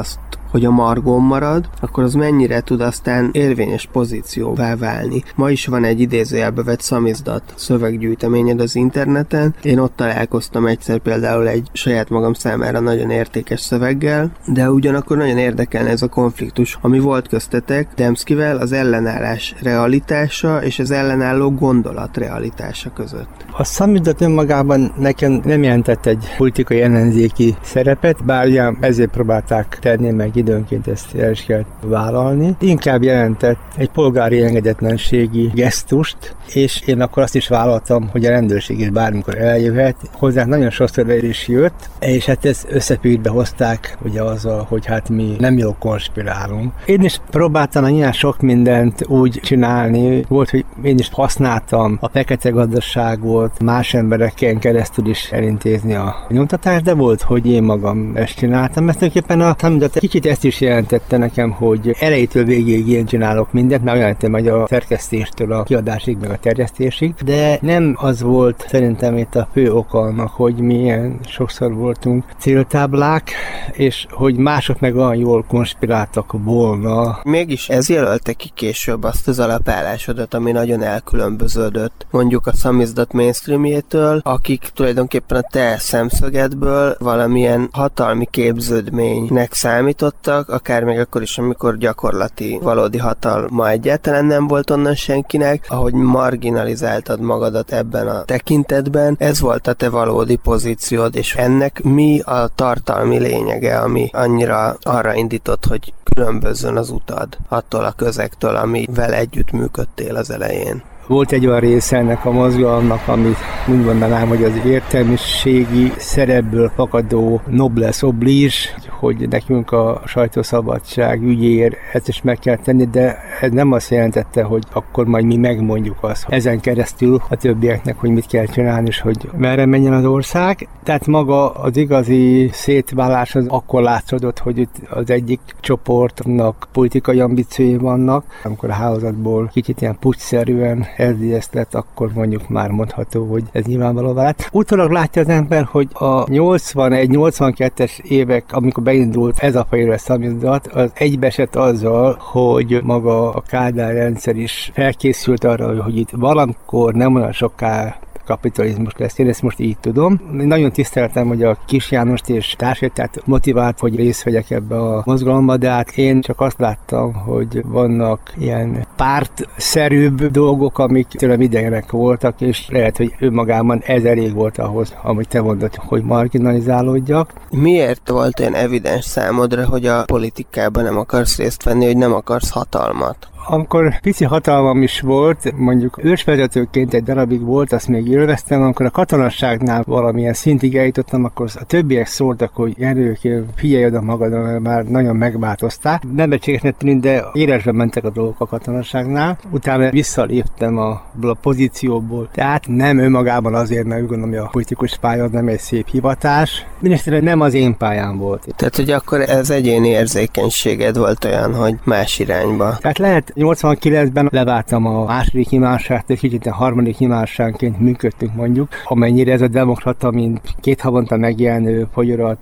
hogy a margón marad, akkor az mennyire tud aztán érvényes pozícióvá válni. Ma is van egy idézőjelbe vett szamizdat szöveggyűjteményed az interneten. Én ott találkoztam egyszer például egy saját magam számára nagyon értékes szöveggel, de ugyanakkor nagyon érdekelne ez a konfliktus, ami volt köztetek Dembszkivel, az ellenállás realitása és az ellenálló gondolat realitása között. A szamizdat önmagában nekem nem jelentett egy politikai ellenzéki szerepet, bár ugye ezért próbálták tenni, meg időnként ezt el is kellett vállalni. Inkább jelentett egy polgári engedetlenségi gesztust, és én akkor azt is vállaltam, hogy a rendőrség is bármikor eljöhet. Hozzánk nagyon sokszor el is jött, és hát ezt összefüggésbe hozták ugye azzal, hogy hát mi nem jól konspirálunk. Én is próbáltam ilyen sok mindent úgy csinálni, volt, hogy én is használtam a fekete gazdaságot, más embereken keresztül is elintézni a nyomtatást, de volt, hogy én magam ezt csináltam. Ezt tulajdonképpen a szamizdat kicsit ezt is jelentette nekem, hogy elejétől végéig én csinálok mindent, mert jelentem, hogy a szerkesztéstől a kiadásig, meg a terjesztésig, de nem az volt szerintem itt a fő oka annak, hogy milyen sokszor voltunk céltáblák, és hogy mások meg olyan jól konspiráltak volna. Mégis ez jelölte ki később azt az alapállásodat, ami nagyon elkülönböződött mondjuk a szamizdat mainstreamjétől, akik tulajdonképpen a te szemszögedből valamilyen hatalmi képződménynek számítottak, akár még akkor is, amikor gyakorlati, valódi hatalma egyáltalán nem volt onnan senkinek, ahogy marginalizáltad magadat ebben a tekintetben, ez volt a te valódi pozíciód, és ennek mi a tartalmi lényege, ami annyira arra indított, hogy különbözzön az utad attól a közegtől, amivel együtt működtél az elején? Volt egy olyan része ennek a mozgalomnak, amit úgy mondanám, hogy az értelmiségi szerepből fakadó noblesse oblige, hogy nekünk a sajtószabadság ügyéért ezt is meg kell tenni, de ez nem azt jelentette, hogy akkor majd mi megmondjuk azt, ezen keresztül a többieknek, hogy mit kell csinálni, és hogy merre menjen az ország. Tehát maga az igazi szétválás az akkor látszódott, hogy itt az egyik csoportnak politikai ambíciói vannak, amikor a hálózatból kicsit ilyen pucszerűen ez lett, akkor mondjuk már mondható, hogy ez nyilvánvaló vált. Utólag látja az ember, hogy a 81-82-es évek, amikor beindult ez a fajta szamizdat, az egybeesett azzal, hogy maga a Kádár rendszer is felkészült arra, hogy itt valamikor nem olyan soká kapitalizmus lesz. Én ezt most így tudom. Nagyon tiszteltem, hogy a Kis Jánost és társait motivált, hogy részt vegyek ebbe a mozgalomba, de hát én csak azt láttam, hogy vannak ilyen pártszerűbb dolgok, amik tőlem idegenek voltak, és lehet, hogy önmagában ez elég volt ahhoz, amit te mondod, hogy marginalizálódjak. Miért volt olyan evidens számodra, hogy a politikában nem akarsz részt venni, hogy nem akarsz hatalmat? Amikor pici hatalmam is volt, mondjuk ősvezetőként egy darabig volt, azt még élveztem, amikor a katonasságnál valamilyen szintig eljutottam, akkor a többiek szóltak, hogy Jenők, figyelj oda magadra, mert már nagyon megváltoztál. Nem becslégesnek tűnik, de érezve mentek a dolgok a katonasságnál. Utána visszaléptem a pozícióból. Tehát nem önmagában azért, mert úgy gondolom, hogy a politikus pálya az nem egy szép hivatás. Miniszterelnök nem az én pályám volt. Tehát, hogy akkor ez egyéni érzékenységed volt olyan, hogy más irányba. Tehát lehet 89-ben leváltam a második nyilvánosságot, és kicsit a harmadik nyilvánosságként működtünk mondjuk, amennyire ez a Demokrata, mint 2 havonta megjelenő folyamat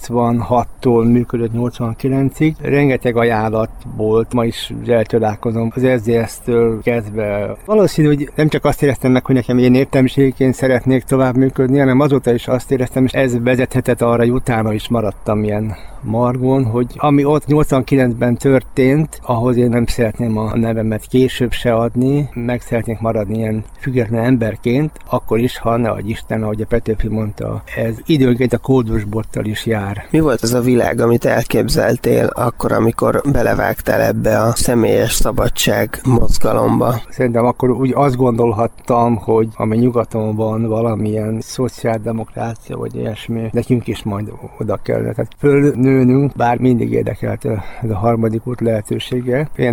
86-tól működött 89-ig. Rengeteg ajánlat volt, ma is elcsodálkozom az SZDSZ-től kezdve. Valószínű, hogy nem csak azt éreztem meg, hogy nekem én értelmiségként szeretnék tovább működni, hanem azóta is azt éreztem, és ez vezethetett arra, hogy utána is maradtam ilyen margón, hogy ami ott 89-ben történt, ahhoz én nem szeretném a nevemet később se adni, meg szeretnék maradni ilyen független emberként, akkor is, ha ne adj Isten, ahogy a Petőfi mondta, ez időnként a kódusbottal is jár. Mi volt az a világ, amit elképzeltél akkor, amikor belevágtál ebbe a személyes szabadság mozgalomba? Szerintem akkor úgy azt gondolhattam, hogy ami nyugaton van valamilyen szociáldemokrácia, vagy ilyesmi, nekünk is majd oda kellene. Tehát fölnőnünk, bár mindig érdekelt ez a harmadik út lehetősége. Én azt gondolom,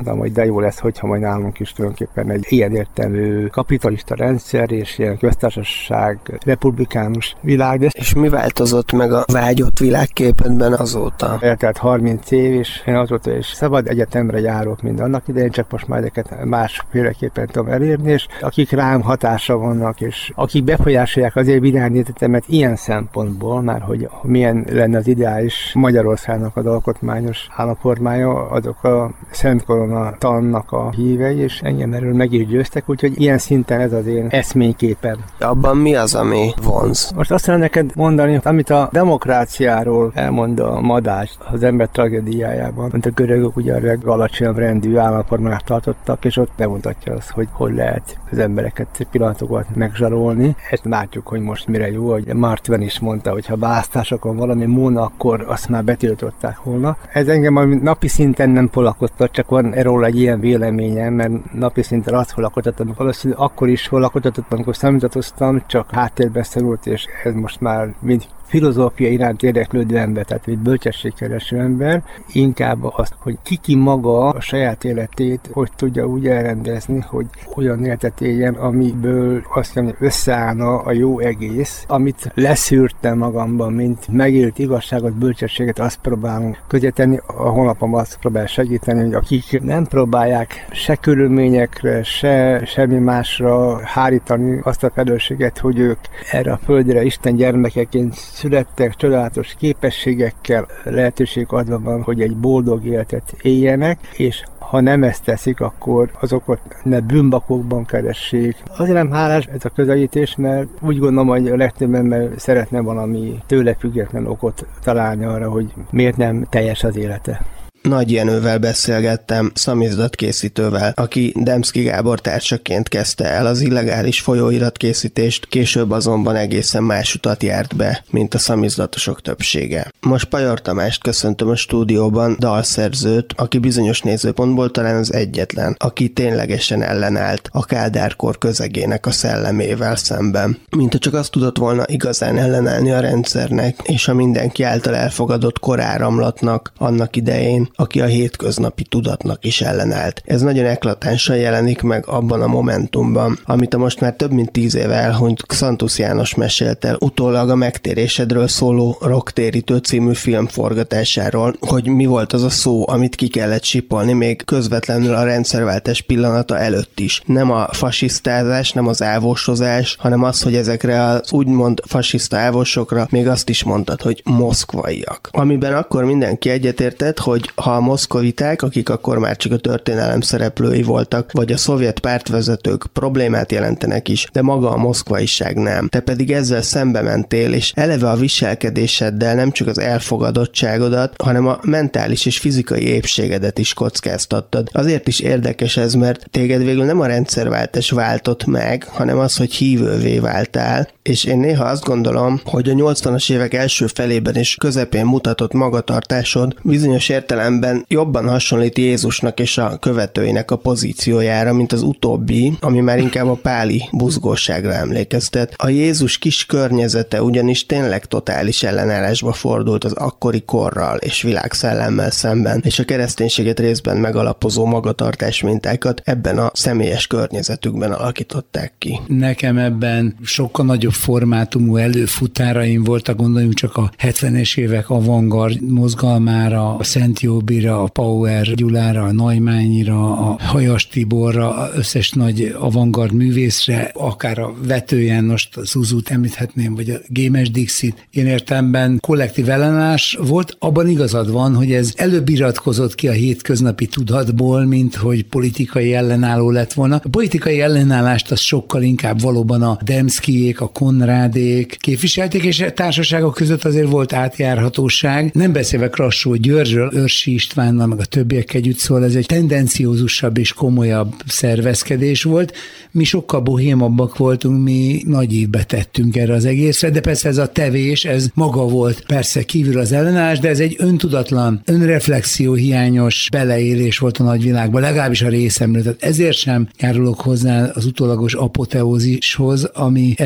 mondtam, hogy de jó lesz, hogyha majd nálunk is tulajdonképpen egy ilyen értelmű kapitalista rendszer és ilyen köztársaság, republikánus világ. És mi változott meg a vágyott világképedben azóta? Eltelt 30 év, és én azóta is szabad egyetemre járok, mint annak idején, csak most már ezeket másféleképpen tudom elérni, és akik rám hatása vannak, és akik befolyásolják az én világnézetemet ilyen szempontból, már hogy milyen lenne az ideális Magyarországnak az alkotmányos államformája, azok a Szent Korona tannak a hívei, és engem erről meg is győztek, úgyhogy ilyen szinten ez az én eszményképen. Abban mi az, ami vonz? Most azt kell neked mondani, amit a demokráciáról elmond a Madách az ember tragédiájában, mint a görögök ugye a legalacsonyabb rendű államformát tartottak, és ott bemutatja azt, hogy lehet az embereket pillanatokat megzsarolni. Ezt látjuk, hogy most mire jó, hogy Mark Twain is mondta, hogy ha választásokon valami múlna, akkor azt már betiltották volna. Ez engem a napi szinten nem foglalkoztat, csak van erről egy ilyen véleményem, mert napi szinten azt foglalkoztattam, valószínűleg akkor is foglalkoztattam, amikor számítatoztam, csak háttérbe szorult, és ez most már mind filozófia iránt érdeklődő ember, tehát mint bölcsességkereső ember, inkább azt, hogy ki maga a saját életét, hogy tudja úgy elrendezni, hogy olyan életet éljen, amiből azt mondja, összeállna a jó egész, amit leszűrtem magamban, mint megélt igazságot, bölcsességet, azt próbálom közéteni, a honlapom azt próbál segíteni, hogy akik nem próbálják se körülményekre, se semmi másra hárítani azt a felelősséget, hogy ők erre a földre Isten gyermekeként születtek, csodálatos képességekkel, lehetőség adva van, hogy egy boldog életet éljenek, és ha nem ezt teszik, akkor azokat ne bűnbakokban keressék. Azért nem hálás ez a közelítés, mert úgy gondolom, hogy a legtöbb ember szeretne valami tőle független okot találni arra, hogy miért nem teljes az élete. Nagy Jenővel beszélgettem, szamizdatkészítővel, aki Demszky Gábor társaként kezdte el az illegális folyóiratkészítést, később azonban egészen más utat járt be, mint a szamizdatosok többsége. Most Pajor Tamást köszöntöm a stúdióban, dalszerzőt, aki bizonyos nézőpontból talán az egyetlen, aki ténylegesen ellenállt a Kádár-kor közegének a szellemével szemben. Mint csak azt tudott volna igazán ellenállni a rendszernek, és a mindenki által elfogadott koráramlatnak annak idején, aki a hétköznapi tudatnak is ellenállt. Ez nagyon eklatánsan jelenik meg abban a momentumban, amit a most már több mint 10 éve elhunyt Xantusz János mesélt el utólag a megtérésedről szóló Rocktérítő című film forgatásáról, hogy mi volt az a szó, amit ki kellett sipolni még közvetlenül a rendszerváltás pillanata előtt is. Nem a fasisztázás, nem az ávósozás, hanem az, hogy ezekre az úgymond fasiszta ávósokra még azt is mondtad, hogy moszkvaiak. Amiben akkor mindenki egyetértett, hogy ha a moszkoviták, akik akkor már csak a történelem szereplői voltak, vagy a szovjet pártvezetők problémát jelentenek is, de maga a moszkvaiság nem. Te pedig ezzel szembe mentél, és eleve a viselkedéseddel nem csak az elfogadottságodat, hanem a mentális és fizikai épségedet is kockáztattad. Azért is érdekes ez, mert téged végül nem a rendszerváltás váltott meg, hanem az, hogy hívővé váltál, és én néha azt gondolom, hogy a 80-as évek első felében és közepén mutatott magatartásod bizonyos értelemben jobban hasonlít Jézusnak és a követőinek a pozíciójára, mint az utóbbi, ami már inkább a páli buzgóságra emlékeztet. A Jézus kis környezete ugyanis tényleg totális ellenállásba fordult az akkori korral és világszellemmel szemben, és a kereszténységet részben megalapozó magatartás mintákat ebben a személyes környezetükben alakították ki. Nekem ebben sokkal nagyobb formátumú előfutáraim voltak, gondoljunk csak a 70-es évek avantgard mozgalmára, a Szent Jóbira, a Power Gyulára, a Naimányira, a Hajas Tiborra, összes nagy avantgard művészre, akár a Vető Jánost, a Zuzút említhetném, vagy a Gémes Dixit. Én értelemben kollektív ellenállás volt, abban igazad van, hogy ez előbb iratkozott ki a hétköznapi tudatból, mint hogy politikai ellenálló lett volna. A politikai ellenállást az sokkal inkább valóban a Demszkyék, a Konrádék képviselték, és a társaságok között azért volt átjárhatóság. Nem beszélve Krassó Györgyről, Őrsi Istvánnal, meg a többiek együtt, szóval ez egy tendenciózusabb és komolyabb szervezkedés volt. Mi sokkal bohémabbak voltunk, mi nagy ívbe tettünk erre az egészre, de persze ez a tevés, ez maga volt persze kívül az ellenállás, de ez egy öntudatlan, önreflexió hiányos beleélés volt a nagyvilágban, legalábbis a részemről. Tehát ezért sem járulok hozzá az utólagos apoteózishoz, ami ezt övezi,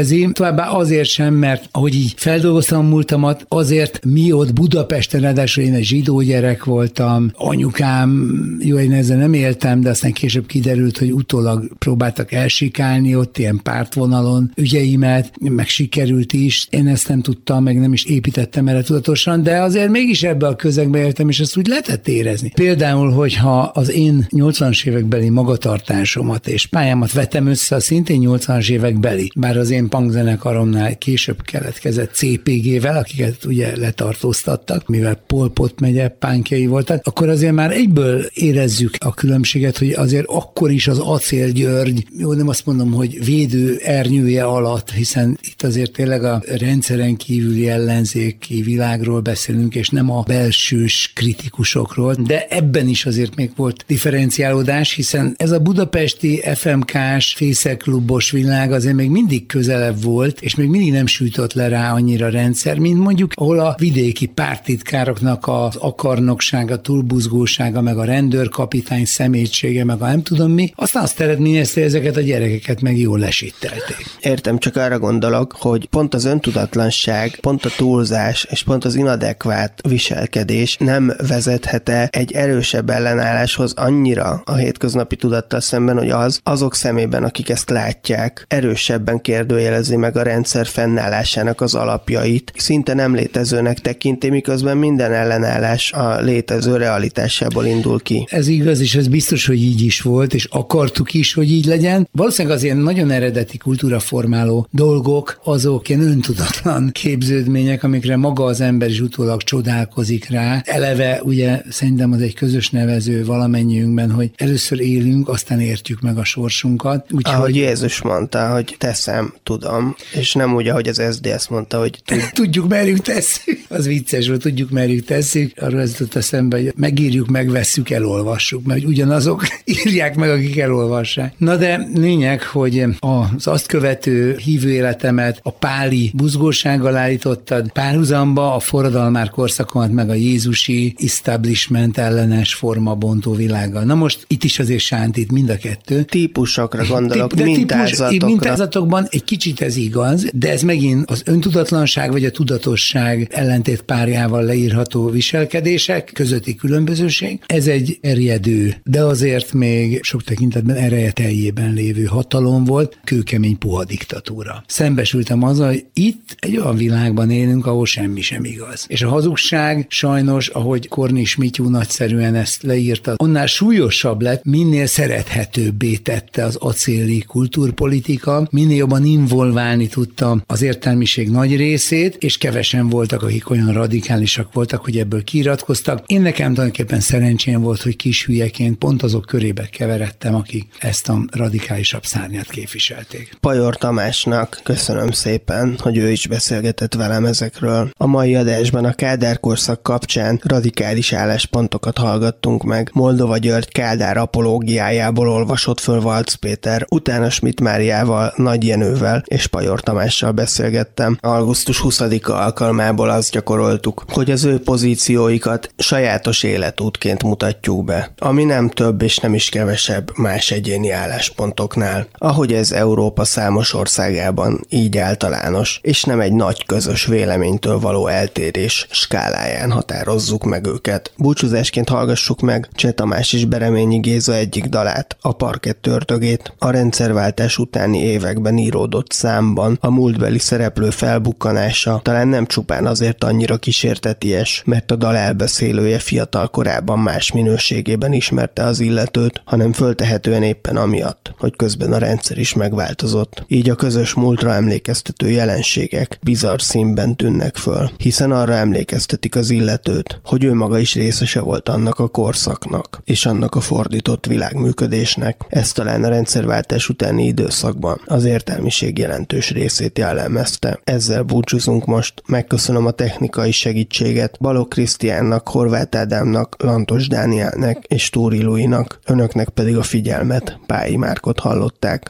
igazi, továbbá azért sem, mert ahogy így feldolgoztam a múltamat, azért mi ott Budapesten, ráadásul én egy zsidó gyerek voltam, anyukám, jó, én ezzel nem éltem, de aztán később kiderült, hogy utólag próbáltak elsikálni ott ilyen pártvonalon ügyeimet, meg sikerült is. Én ezt nem tudtam, meg nem is építettem erre tudatosan, de azért mégis ebbe a közegbe éltem, és ezt úgy lehetett érezni. Például, hogyha az én 80-as évekbeli magatartásomat és pályámat vetem össze a szintén 80-as évekbeli, bár az én punkzenekaromnál később keletkezett CPG-vel, akiket ugye letartóztattak, mivel Pol Pot megye pánkjai voltak, akkor azért már egyből érezzük a különbséget, hogy azért akkor is az Acél György, jó, nem azt mondom, hogy védő ernyője alatt, hiszen itt azért tényleg a rendszeren kívüli ellenzéki világról beszélünk, és nem a belsős kritikusokról, de ebben is azért még volt differenciálódás, hiszen ez a budapesti FMK-s fészeklubos világ azért még mindig közelebb volt, és még mindig nem sűjtött le rá annyira rendszer, mint mondjuk, ahol a vidéki pártitkároknak az akarnoksága, túlbuzgósága, meg a rendőrkapitány szemétsége, meg a nem tudom mi, aztán azt eredményezte, ezeket a gyerekeket meg jól lesittelték. Értem, csak arra gondolok, hogy pont az öntudatlanság, pont a túlzás és pont az inadekvát viselkedés nem vezethete egy erősebb ellenálláshoz annyira a hétköznapi tudattal szemben, hogy azok szemében, akik ezt látják, erősebben kérdőjelezi meg a rendszer fennállásának az alapjait, szinte nem létezőnek tekinti, miközben minden ellenállás a létező realitásából indul ki. Ez igaz, és ez biztos, hogy így is volt, és akartuk is, hogy így legyen. Valószínűleg az ilyen nagyon eredeti kultúraformáló dolgok, azok ilyen öntudatlan képződmények, amikre maga az ember is utólag csodálkozik rá. Eleve ugye szerintem az egy közös nevező valamennyiünkben, hogy először élünk, aztán értjük meg a sorsunkat. Ahogy Jézus mondta, hogy teszem, tudom, és nem úgy, ahogy az SZDSZ mondta, hogy tudjuk, merjük, tesszük. Az vicces volt, tudjuk, merjük, tesszük. Arról ez jutott eszembe, hogy megírjuk, megvesszük, elolvassuk, mert ugyanazok írják meg, akik elolvassák. Na de lényeg, hogy az azt követő hívő életemet a páli buzgósággal állítottad párhuzamba, a forradalmár korszakomat meg a jézusi establishment ellenes formabontó világgal. Na most itt is azért sántít mind a kettő. Típusokra gondolok, mintázatokra. Mintázatokban egy kicsit ez igaz, de ez megint az öntudatlanság vagy a tudatosság ellentétpárjával leírható viselkedések közötti különbözőség. Ez egy erjedő, de azért még sok tekintetben ereje teljében lévő hatalom volt, kőkemény puha diktatúra. Szembesültem azzal, hogy itt egy olyan világban élünk, ahol semmi sem igaz. És a hazugság sajnos, ahogy Kornis Mityu nagyszerűen ezt leírta, annál súlyosabb lett, minél szerethetőbbé tette az acéli kultúrpolitika, minél jobban involválni tudta az értelmiség nagy részét, és kevesen voltak, akik olyan radikálisak voltak, hogy ebből kiiratkoztak. Én nekem tulajdonképpen szerencsém volt, hogy kis hülyeként pont azok körébe keveredtem, akik ezt a radikálisabb szárnyat képviselték. Pajor Tamásnak köszönöm szépen, hogy ő is beszélgetett velem ezekről. A mai adásban a Kádár korszak kapcsán radikális álláspontokat hallgattunk meg. Moldova György Kádár apológiájából olvasott föl Valc Péter, utána Schmidt Máriával, Nagy Jenővel és Pajor Tamással beszélgettem. Augusztus 20-a alkalmából azt gyakoroltuk, hogy az ő pozícióikat sajátos életútként mutatjuk be, ami nem több és nem is kevesebb más egyéni álláspontoknál, ahogy ez Európa számos országában így általános, és nem egy nagy közös véleménytől való eltérés skáláján határozzuk meg őket. Búcsúzásként hallgassuk meg Cseh Tamás és Bereményi Géza egyik dalát, a Parkett ördögét. A rendszerváltás utáni években íródott számban a múltbeli szereplő felbukkanása talán nem csupán azért annyira kísérteties, mert a dal elbeszélője fiatal korában más minőségében ismerte az illetőt, hanem föltehetően éppen amiatt, hogy közben a rendszer is megváltozott. Így a közös múltra emlékeztető jelenségek bizarr színben tűnnek föl, hiszen arra emlékeztetik az illetőt, hogy ő maga is részese volt annak a korszaknak, és annak a fordított világműködésnek. Ez talán a rendszerváltás utáni időszakban az értelmiség jelentős részét jellemezte. Ezzel búcsúzunk most, megköszönöm a technikai segítséget Balogh Krisztiánnak, Horváth Ádámnak, Lantos Dánielnek és Túri Luinak, önöknek pedig a figyelmet, Pályi Márkot hallották.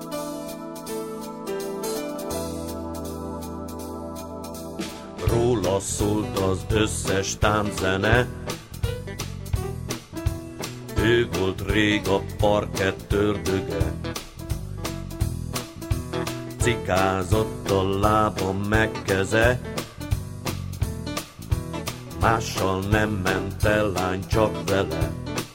Róla szólt az összes tánczene. Ő volt rég a parkett ördöge, cikázott a lába meg keze. Mással nem ment el lány, csak vele.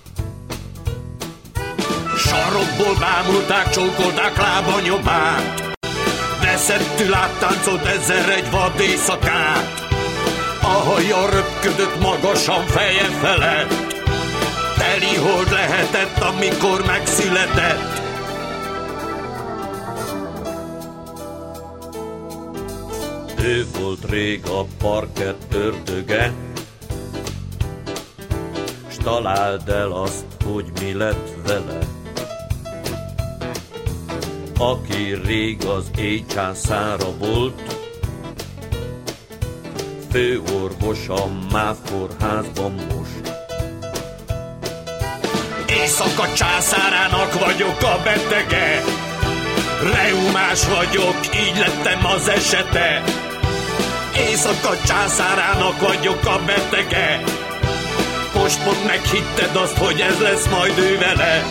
Sarokból bámulták, csókolták lábanyomát, veszettül áttáncolt 1001 vad éjszakát. A haja röpködött magasan feje felett, teli hold lehetett, amikor megszületett. Ő volt rég a parkett ördöge, s találd el azt, hogy mi lett vele. Aki rég az éjcsászára volt, főorvos a MÁV kórházban most. Éjszaka császárának vagyok a betege, reumás vagyok, így lettem az esete. Éjszaka császárának vagyok a betege, most mondd meg, hitted azt, hogy ez lesz majd ő vele.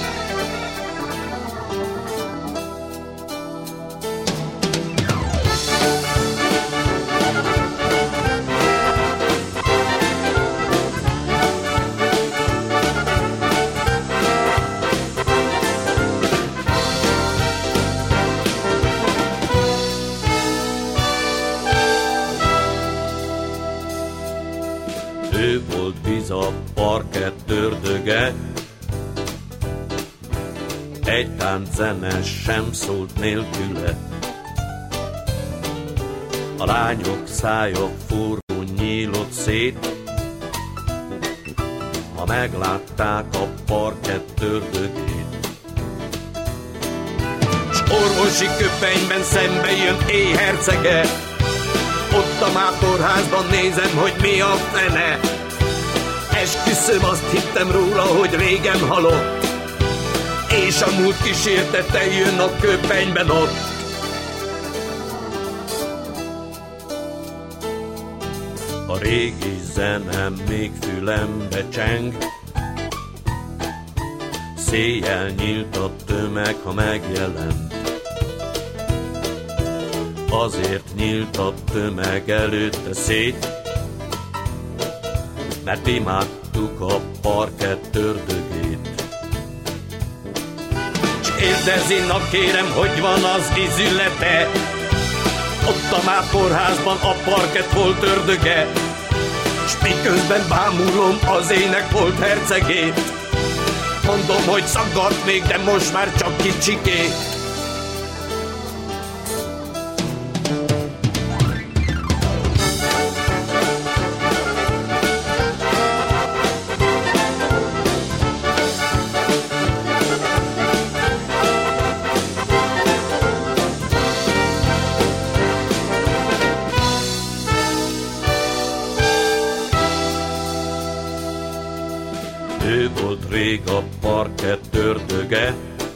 Ő volt biz a parkett ördöge, egy tánczene sem szólt nélküle. A lányok szája forró nyílott szét, ha meglátták a parkett ördögét. S orvosi köpenyben szembe jön éjhercege, ott a MÁV kórházban nézem, hogy mi a fene. Esküszöm, azt hittem róla, hogy régen halott, és a múlt kísértete jön a köpenyben ott. A régi zene még fülembe cseng, széjjel nyílt a tömeg, ha megjelent. Azért nyílt a tömeg előtte szét, mert imádtuk a parkett ördögét. S érdezinak kérem, hogy van az ízülete, ott a MÁV kórházban a parkett volt ördöge. S miközben bámulom az ének volt hercegét, mondom, hogy szaggat még, de most már csak kicsikét. Ő volt rég a parkett ördöge,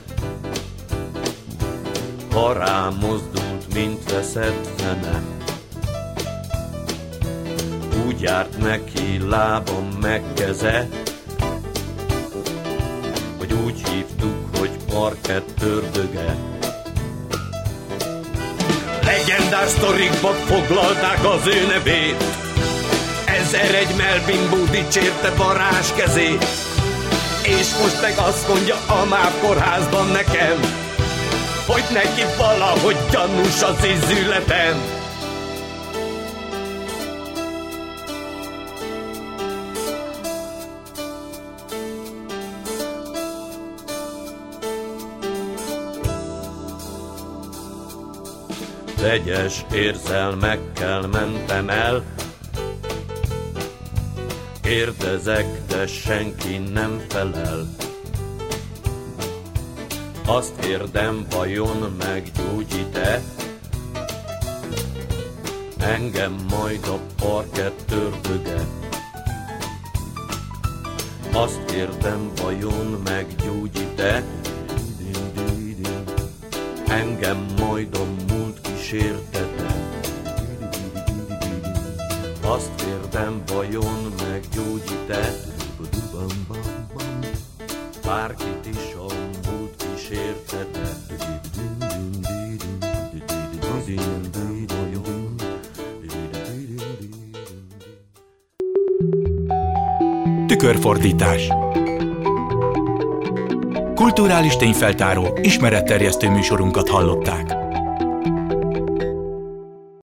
ha rámozdult, mint veszett fene. Úgy járt neki lábam meg keze, hogy úgy hívtuk, hogy parkett ördöge. Legendás sztorikba foglalták az ő nevét, 1001 Melbimbó dicsérte varázs kezét. És most meg azt mondja a MÁV kórházban nekem, hogy neki valahogy gyanús az ízületem. Vegyes érzelmekkel mentem el, kérdezek, de senki nem felel. Azt kérdem, vajon meggyógyít-e engem majd a parkett ördöge? Azt kérdem, vajon meggyógyít-e engem majd a múlt kísértete? azt kérdem, vajon meggyógyít-e? Bárkit is a múlt kísérte, de Tükörfordítás. Kulturális tényfeltáró, ismeretterjesztő műsorunkat hallották.